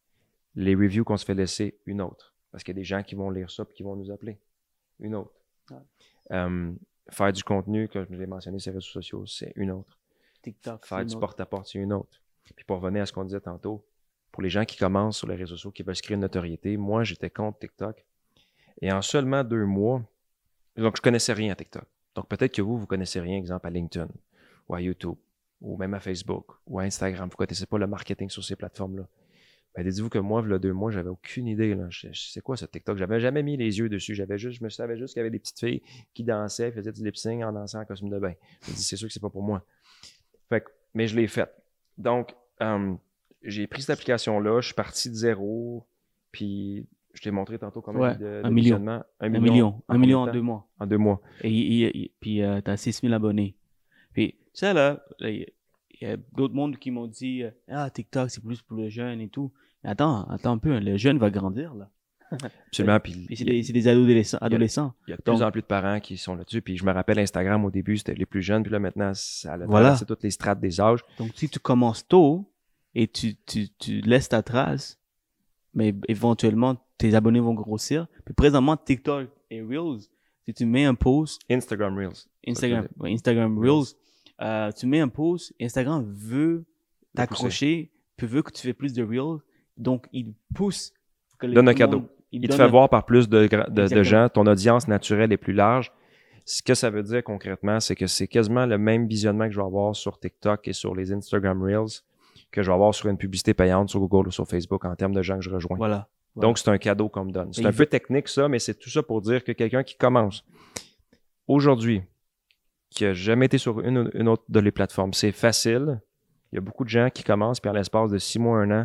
Les reviews qu'on se fait laisser, une autre. Parce qu'il y a des gens qui vont lire ça et qui vont nous appeler. Une autre. Ouais. Euh, faire du contenu, comme je l'ai mentionné sur les réseaux sociaux, c'est une autre. TikTok, faire du porte-à-porte, c'est une autre. Puis pour revenir à ce qu'on disait tantôt, pour les gens qui commencent sur les réseaux sociaux, qui veulent se créer une notoriété, moi, j'étais contre TikTok. Et en seulement deux mois, donc je connaissais rien à TikTok. Donc peut-être que vous, vous connaissez rien, exemple, à LinkedIn, ou à YouTube, ou même à Facebook, ou à Instagram. Vous ne connaissez pas le marketing sur ces plateformes-là. Ben, dites-vous que moi, il y a deux mois, j'avais aucune idée. Là. Je, je sais quoi ce TikTok? J'avais jamais mis les yeux dessus. J'avais juste, je me savais juste qu'il y avait des petites filles qui dansaient, faisaient du lip-sync en dansant en costume de bain. Je me dis, c'est sûr que c'est pas pour moi. Fait que, mais je l'ai faite. Donc, euh, j'ai pris cette application-là, je suis parti de zéro, puis je t'ai montré tantôt comment ouais, de, de un million. Un, un million. million. Un En million en deux mois. En deux mois. Et, et, et puis, euh, t'as six mille abonnés. Puis, tu sais, là, il y a d'autres mondes qui m'ont dit, euh, ah, TikTok, c'est plus pour les jeunes et tout. Mais attends, attends un peu, le jeune va grandir, là. Absolument. Puis, puis c'est, des, c'est des adolescents. adolescents. Il y a, il y a de plus Donc, en plus de parents qui sont là-dessus. Puis je me rappelle Instagram au début, c'était les plus jeunes. Puis là, maintenant, ça a voilà. traversé toutes les strates des âges. Donc, si tu commences tôt et tu, tu, tu laisses ta trace, mais éventuellement, tes abonnés vont grossir. Puis présentement, TikTok et Reels, si tu mets un post... Instagram Reels. Instagram, ouais, Instagram Reels, Reels. Euh, tu mets un post, Instagram veut t'accrocher, puis veut que tu fais plus de Reels. Donc, il pousse... Que donne un cadeau. Monde, il, il te fait un... voir par plus de, de, de gens. Ton audience naturelle est plus large. Ce que ça veut dire concrètement, c'est que c'est quasiment le même visionnement que je vais avoir sur TikTok et sur les Instagram Reels que je vais avoir sur une publicité payante sur Google ou sur Facebook en termes de gens que je rejoins. Voilà. voilà. Donc, c'est un cadeau qu'on me donne. C'est et un il... peu technique, ça, mais c'est tout ça pour dire que quelqu'un qui commence aujourd'hui, qui n'a jamais été sur une, une autre de les plateformes, c'est facile. Il y a beaucoup de gens qui commencent, puis en l'espace de six mois, un an,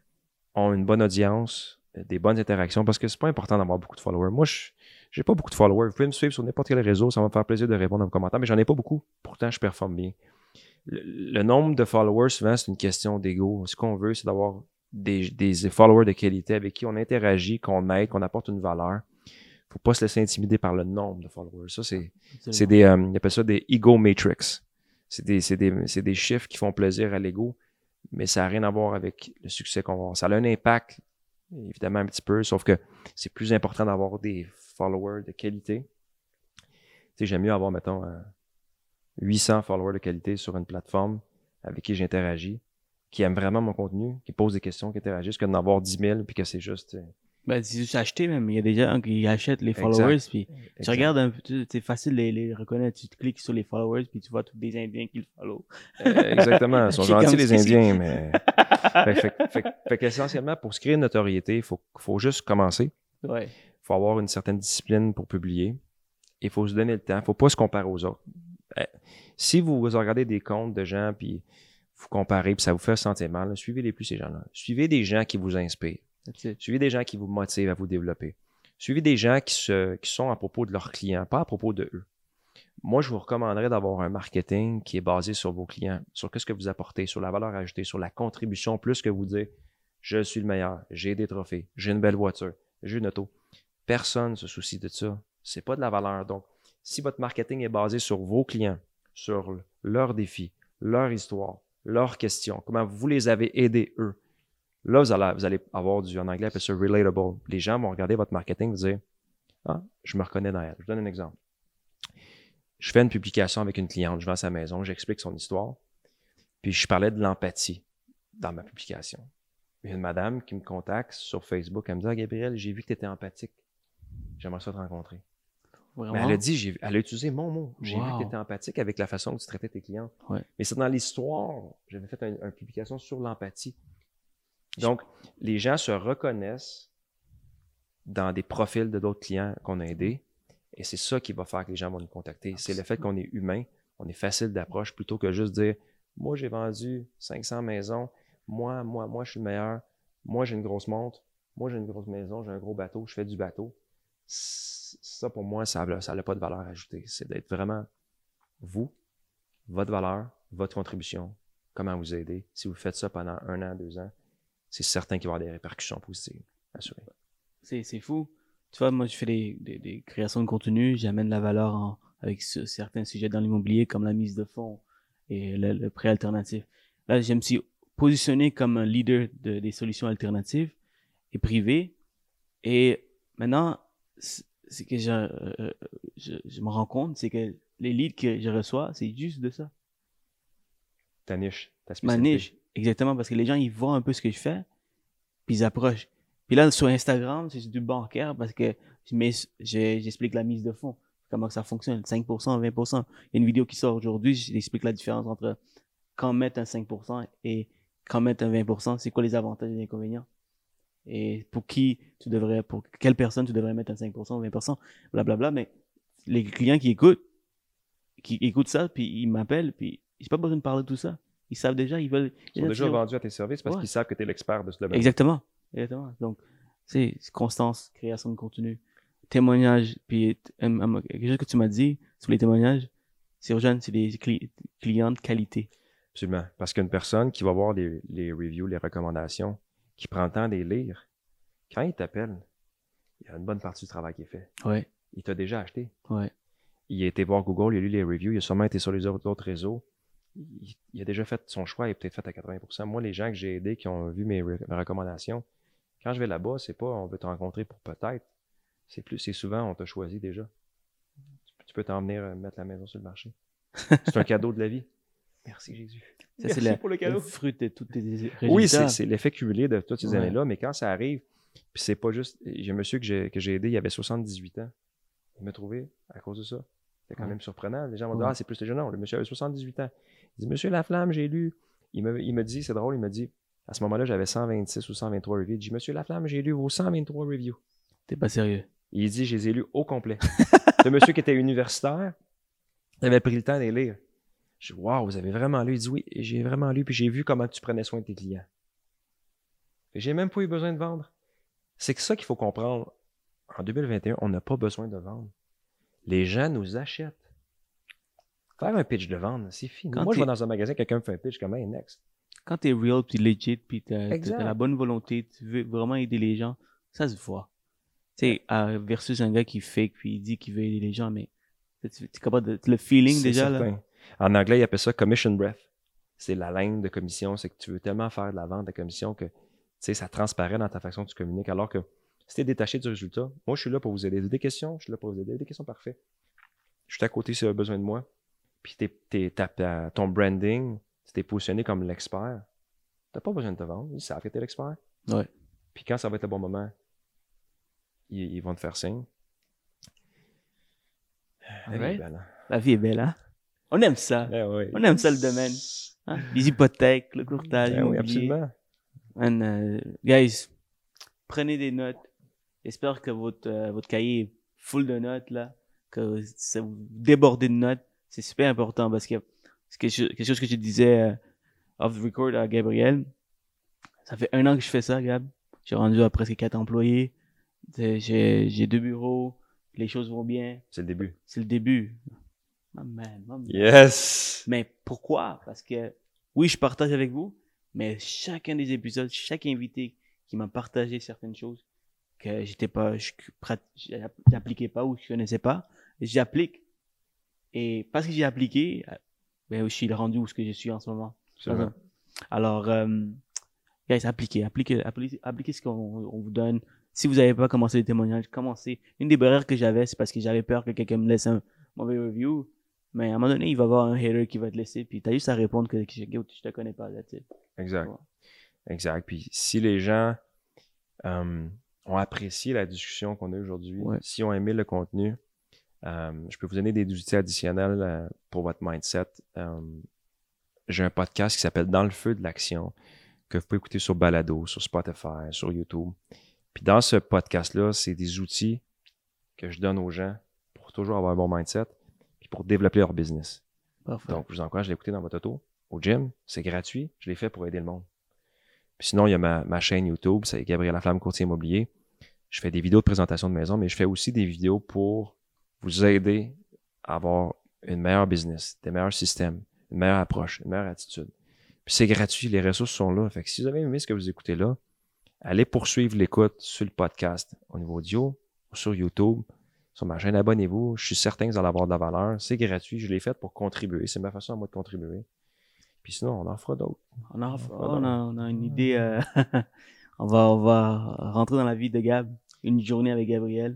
ont une bonne audience, des bonnes interactions, parce que c'est pas important d'avoir beaucoup de followers. Moi, je j'ai pas beaucoup de followers. Vous pouvez me suivre sur n'importe quel réseau, ça va me faire plaisir de répondre à vos commentaires, mais j'en ai pas beaucoup. Pourtant, je performe bien. Le, le nombre de followers, souvent, c'est une question d'ego. Ce qu'on veut, c'est d'avoir des, des followers de qualité avec qui on interagit, qu'on aide, qu'on apporte une valeur. Faut pas se laisser intimider par le nombre de followers. Ça, c'est, c'est des, euh, ils appellent ça des ego matrix. C'est des, c'est des, c'est des chiffres qui font plaisir à l'ego, mais ça n'a rien à voir avec le succès qu'on va avoir. Ça a un impact, évidemment, un petit peu, sauf que c'est plus important d'avoir des followers de qualité. Tu sais, j'aime mieux avoir, mettons, euh, huit cents followers de qualité sur une plateforme avec qui j'interagis, qui aiment vraiment mon contenu, qui posent des questions, qui interagissent, que d'en avoir dix mille, puis que c'est juste... Euh... Ben, c'est juste acheter même. Il y a des gens qui achètent les followers, exact. Puis exact. Tu regardes un peu, c'est facile de les, les reconnaître. Tu cliques sur les followers, puis tu vois tous des Indiens qui le follow. Euh, exactement. Ils sont gentils, les Indiens, mais... fait, fait, fait, fait qu'essentiellement, pour se créer une notoriété, il faut, faut juste commencer. Ouais. Il faut avoir une certaine discipline pour publier. Il faut se donner le temps. Il ne faut pas se comparer aux autres. Si vous regardez des comptes de gens, puis vous comparez, puis ça vous fait sentir mal, là, suivez les plus ces gens-là. Suivez des gens qui vous inspirent. Suivez des gens qui vous motivent à vous développer. Suivez des gens qui, se, qui sont à propos de leurs clients, pas à propos de eux. Moi, je vous recommanderais d'avoir un marketing qui est basé sur vos clients, sur ce que vous apportez, sur la valeur ajoutée, sur la contribution, plus que vous dire « je suis le meilleur, j'ai des trophées, j'ai une belle voiture, j'ai une auto ». Personne ne se soucie de ça. C'est pas de la valeur. Donc, si votre marketing est basé sur vos clients, sur leurs défis, leur histoire, leurs questions, comment vous les avez aidés eux, là, vous allez, vous allez avoir du, en anglais, appelle ça relatable. Les gens vont regarder votre marketing et vous dire « Ah, je me reconnais dans elle. » Je vous donne un exemple. Je fais une publication avec une cliente, je vais à sa maison, j'explique son histoire, puis je parlais de l'empathie dans ma publication. Il y a une madame qui me contacte sur Facebook, elle me dit ah, « Gabriel, j'ai vu que tu étais empathique. J'aimerais ça te rencontrer. » Mais elle a dit, j'ai, elle a utilisé mon mot. J'ai wow. vu que tu étais empathique avec la façon que tu traitais tes clients. Ouais. Mais c'est dans l'histoire. J'avais fait une un publication sur l'empathie. Donc, les gens se reconnaissent dans des profils de d'autres clients qu'on a aidés. Et c'est ça qui va faire que les gens vont nous contacter. C'est le fait qu'on est humain, on est facile d'approche plutôt que juste dire « Moi, j'ai vendu cinq cents maisons. Moi, moi, moi, je suis le meilleur. Moi, j'ai une grosse montre. Moi, j'ai une grosse maison. J'ai un gros bateau. Je fais du bateau. » Ça, pour moi, ça n'a pas de valeur ajoutée. C'est d'être vraiment vous, votre valeur, votre contribution, comment vous aider. Si vous faites ça pendant un an, deux ans, c'est certain qu'il va y avoir des répercussions positives, assuré. C'est, c'est fou. Tu vois, moi, je fais des, des, des créations de contenu, j'amène la valeur en, avec ce, certains sujets dans l'immobilier, comme la mise de fonds et le, le prêt alternatif. Là, je me suis positionné comme un leader de, des solutions alternatives et privées. Et maintenant, c'est que je, euh, je, je me rends compte, c'est que les leads que je reçois, c'est juste de ça. Ta niche, ta Ma spécialité. niche, exactement, parce que les gens, ils voient un peu ce que je fais, puis ils approchent. Puis là, sur Instagram, c'est du bancaire parce que je mets, je, j'explique la mise de fonds, comment ça fonctionne, cinq pour cent, vingt pour cent. Il y a une vidéo qui sort aujourd'hui, j'explique la différence entre quand mettre un cinq pour cent et quand mettre un vingt pour cent, c'est quoi les avantages et les inconvénients. Et pour qui tu devrais, pour quelle personne tu devrais mettre un cinq pour cent ou vingt pour cent, blablabla. Mais les clients qui écoutent, qui écoutent ça, puis ils m'appellent, puis j'ai pas besoin de parler de tout ça. Ils savent déjà, ils veulent. Ils sont déjà vendus à tes services parce ouais. qu'ils savent que tu es l'expert de ce domaine. Exactement. Exactement. Donc, c'est constance, création de contenu, témoignage, puis um, quelque chose que tu m'as dit sur les témoignages, c'est urgent, c'est des cli- clients de qualité. Absolument. Parce qu'une personne qui va voir les, les reviews, les recommandations, qui prend le temps de les lire, quand il t'appelle, il y a une bonne partie du travail qui est fait. Ouais. Il t'a déjà acheté. Ouais. Il a été voir Google, il a lu les reviews, il a sûrement été sur les autres, autres réseaux. Il, il a déjà fait son choix, il est peut-être fait à quatre-vingts pour cent. Moi, les gens que j'ai aidés, qui ont vu mes, mes recommandations, quand je vais là-bas, c'est pas on veut te rencontrer pour peut-être. C'est plus, c'est souvent on t'a choisi déjà. Tu, tu peux t'en venir euh, mettre la maison sur le marché. C'est un cadeau de la vie. Merci Jésus. Ça, Merci c'est la, pour le cadeau. le fruit de toutes tes résultats. Oui, c'est, c'est l'effet cumulé de toutes ces Ouais. années-là, mais quand ça arrive, puis c'est pas juste. J'ai un monsieur que j'ai, que j'ai aidé, il avait soixante-dix-huit ans. Il m'a trouvé à cause de ça. C'est quand Ouais. même surprenant. Les gens vont Ouais. dire, ah, c'est plus les jeunes. Non, le monsieur avait soixante-dix-huit ans. Il dit, Monsieur Laflamme, j'ai lu. Il me, il me dit, c'est drôle, il me dit, à ce moment-là, j'avais cent vingt-six ou cent vingt-trois reviews. Il dit, Monsieur Laflamme, j'ai lu vos cent vingt-trois reviews. T'es pas sérieux. Il dit, je les ai lus au complet. Le monsieur qui était universitaire, il avait pris le temps de les lire. Je dis, waouh, vous avez vraiment lu? Il dit, oui, j'ai vraiment lu, puis j'ai vu comment tu prenais soin de tes clients. Et j'ai même pas eu besoin de vendre. C'est que ça qu'il faut comprendre. En deux mille vingt et un, on n'a pas besoin de vendre. Les gens nous achètent. Faire un pitch de vente, c'est fini. Quand Moi, je t'es- vais dans un magasin, quelqu'un me fait un pitch comme hey, next. Quand t'es real, puis legit, puis t'as, t'as, Exact. t'as la bonne volonté, tu veux vraiment aider les gens, ça se voit. Tu sais, euh, versus un gars qui fake, puis il dit qu'il veut aider les gens, mais tu es capable de... Le feeling C'est déjà, certain. là. En anglais, ils appellent ça commission breath. C'est la ligne de commission. C'est que tu veux tellement faire de la vente de commission que tu sais, ça transparaît dans ta façon que tu communiques. Alors que si tu es détaché du résultat, moi, je suis là pour vous aider. Des questions, je suis là pour vous aider. Des questions parfaites. Je suis à côté si tu as besoin de moi. Puis t'es, t'es, t'as, t'as, ton branding, si tu es positionné comme l'expert, tu n'as pas besoin de te vendre. Ils savent que tu es l'expert. Ouais. Puis quand ça va être le bon moment, ils, ils vont te faire signe. La vie est Alright. belle, hein? La vie est belle, hein? On aime ça. Ben oui. On aime ça, le domaine. Hein? Les hypothèques, le courtage, Ben oui, l'immobilier. absolument. And, uh, guys, prenez des notes. J'espère que votre, euh, votre cahier est full de notes, là. Que ça vous débordez de notes. C'est super important parce que c'est quelque chose, quelque chose que je disais euh, off the record à Gabriel. Ça fait un an que je fais ça, Gab. J'ai rendu à presque quatre employés. J'ai, j'ai deux bureaux. Les choses vont bien. C'est le début. C'est le début. My man, my man. Yes! Mais pourquoi? Parce que, oui, je partage avec vous, mais chacun des épisodes, chaque invité qui m'a partagé certaines choses que j'étais pas, je j'appliquais pas ou je connaissais pas, j'applique. Et parce que j'ai appliqué, ben, je suis rendu où ce que je suis en ce moment. Absolument. Alors, euh, guys, appliquez, appliquez, appliquez, appliquez ce qu'on on vous donne. Si vous n'avez pas commencé les témoignages, commencez. Une des barrières que j'avais, c'est parce que j'avais peur que quelqu'un me laisse un mauvais review. Mais à un moment donné, il va y avoir un hater qui va te laisser, puis t'as juste à répondre que, que je, je te connais pas, that's it. Exact. Ouais. Exact. Puis si les gens euh, ont apprécié la discussion qu'on a aujourd'hui, Ouais. s'ils ont aimé le contenu, euh, je peux vous donner des outils additionnels euh, pour votre mindset. Euh, j'ai un podcast qui s'appelle Dans le feu de l'action, que vous pouvez écouter sur Balado, sur Spotify, sur YouTube. Puis dans ce podcast-là, c'est des outils que je donne aux gens pour toujours avoir un bon mindset puis pour développer leur business. Parfait. Donc, je vous encourage à l'écouter dans votre auto, au gym. C'est gratuit. Je l'ai fait pour aider le monde. Puis sinon, il y a ma, ma chaîne YouTube, c'est Gabriel Laflamme, courtier immobilier. Je fais des vidéos de présentation de maison, mais je fais aussi des vidéos pour vous aider à avoir une meilleure business, des meilleurs systèmes, une meilleure approche, une meilleure attitude. Puis c'est gratuit, les ressources sont là. Fait que si vous avez aimé ce que vous écoutez là, allez poursuivre l'écoute sur le podcast au niveau audio ou sur YouTube. Sur ma chaîne, abonnez-vous. Je suis certain que vous allez avoir de la valeur. C'est gratuit. Je l'ai fait pour contribuer. C'est ma façon à moi de contribuer. Puis sinon, on en fera d'autres. On, en fera, on, a, on a une idée. Euh, on, va, on va rentrer dans la vie de Gab. Une journée avec Gabriel.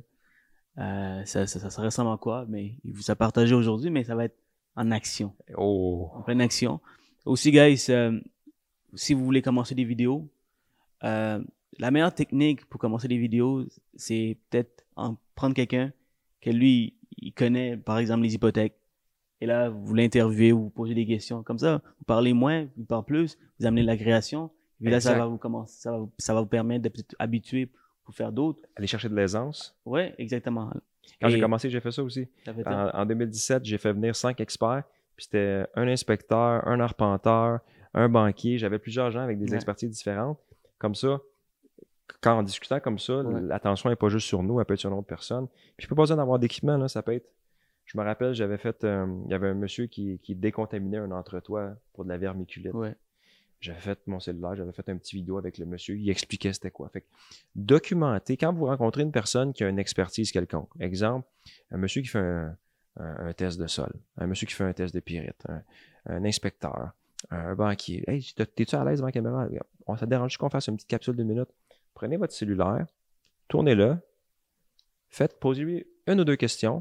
Euh, ça, ça, ça, ça ressemble à quoi? Mais il vous a partagé aujourd'hui, mais ça va être en action. Oh! En pleine action. Aussi, guys, euh, si vous voulez commencer des vidéos, euh, la meilleure technique pour commencer des vidéos, c'est peut-être en prendre quelqu'un que lui, il connaît, par exemple, les hypothèques. Et là, vous l'interviewez, vous posez des questions. Comme ça, vous parlez moins, vous parlez plus, vous amenez de la création. Et là, ça va vous commencer, ça va vous, ça va vous permettre d'être habitué pour faire d'autres. Aller chercher de l'aisance. Ouais, exactement. Quand Et j'ai commencé, j'ai fait ça aussi. fait En, en deux mille dix-sept, j'ai fait venir cinq experts. Puis c'était un inspecteur, un arpenteur, un banquier. J'avais plusieurs gens avec des Ouais. expertises différentes. Comme ça, quand en discutant comme ça, Ouais. l'attention n'est pas juste sur nous, elle peut être sur une autre personne. Puis je peux pas besoin d'avoir d'équipement, là, ça peut être. Je me rappelle, j'avais fait. Euh, il y avait un monsieur qui, qui décontaminait un entretoit pour de la vermiculite. Ouais. J'avais fait mon cellulaire, j'avais fait un petit vidéo avec le monsieur, il expliquait c'était quoi. Fait que documenter, quand vous rencontrez une personne qui a une expertise quelconque, exemple, un monsieur qui fait un, un, un test de sol, un monsieur qui fait un test de pyrite, un, un inspecteur, un banquier. Hey, t'es-tu à l'aise devant la caméra? On ça te dérange qu'on fasse une petite capsule de minutes? Prenez votre cellulaire, tournez-le, faites, posez-lui une ou deux questions,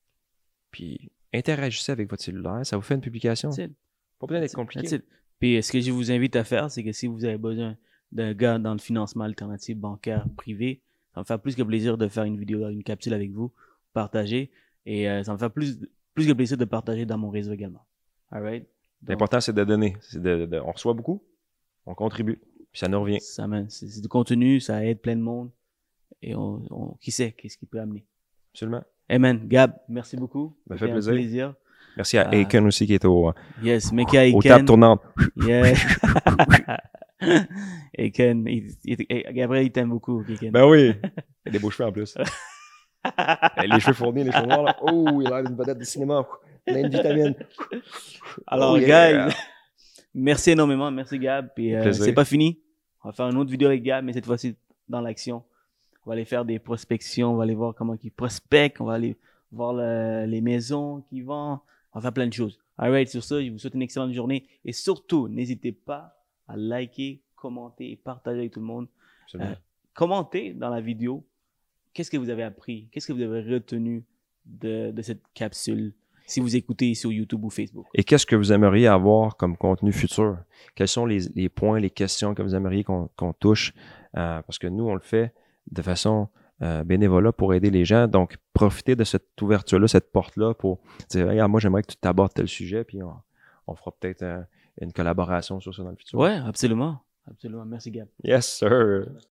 puis interagissez avec votre cellulaire, ça vous fait une publication. That's it. Pas besoin d'être That's it. compliqué. That's it. Puis ce que je vous invite à faire, c'est que si vous avez besoin d'un gars dans le financement alternatif bancaire privé, ça me fait plus que plaisir de faire une vidéo, une capsule avec vous, partager. Et euh, ça me fait plus, plus que plaisir de partager dans mon réseau également. All right? Donc, L'important, c'est de donner. C'est de, de- on reçoit beaucoup, on contribue, puis ça nous revient. ça mène- c'est c'est du contenu, ça aide plein de monde. Et on, on- qui sait qu'est-ce qu'il peut amener. Absolument. Hey man, Gab, merci beaucoup. Ça fait C'était un plaisir. plaisir. Merci à Ah. Aiken aussi qui est au, Yes, Meka aux Aiken. tables tournantes. Yeah. Aiken, il- il- il- Gabriel, il t'aime beaucoup, Aiken. Ben oui. Il y a des beaux cheveux en plus. Les cheveux fournis, les cheveux noirs. Là. Oh, il a l'air d'une vedette de cinéma. Plein de vitamines. Alors, Oh, yeah. guys, merci énormément. Merci, Gab. Puis, euh, Plaisir. c'est pas fini. On va faire une autre vidéo avec Gab, mais cette fois-ci dans l'action. On va aller faire des prospections. On va aller voir comment ils prospectent. On va aller voir le- les maisons qu'ils vendent. On va faire plein de choses. Alright, sur ça, je vous souhaite une excellente journée. Et surtout, n'hésitez pas à liker, commenter et partager avec tout le monde. Absolument. Euh, commentez dans la vidéo qu'est-ce que vous avez appris, qu'est-ce que vous avez retenu de, de cette capsule si vous écoutez sur YouTube ou Facebook. Et qu'est-ce que vous aimeriez avoir comme contenu futur? Quels sont les, les points, les questions que vous aimeriez qu'on qu'on touche? Euh, parce que nous, on le fait de façon euh, bénévolat pour aider les gens. Donc, profitez de cette ouverture-là, cette porte-là pour dire, regarde, moi, j'aimerais que tu t'abordes tel sujet, puis on, on fera peut-être euh, une collaboration sur ça dans le futur. Ouais, absolument. Absolument. Merci, Gab. Yes, sir.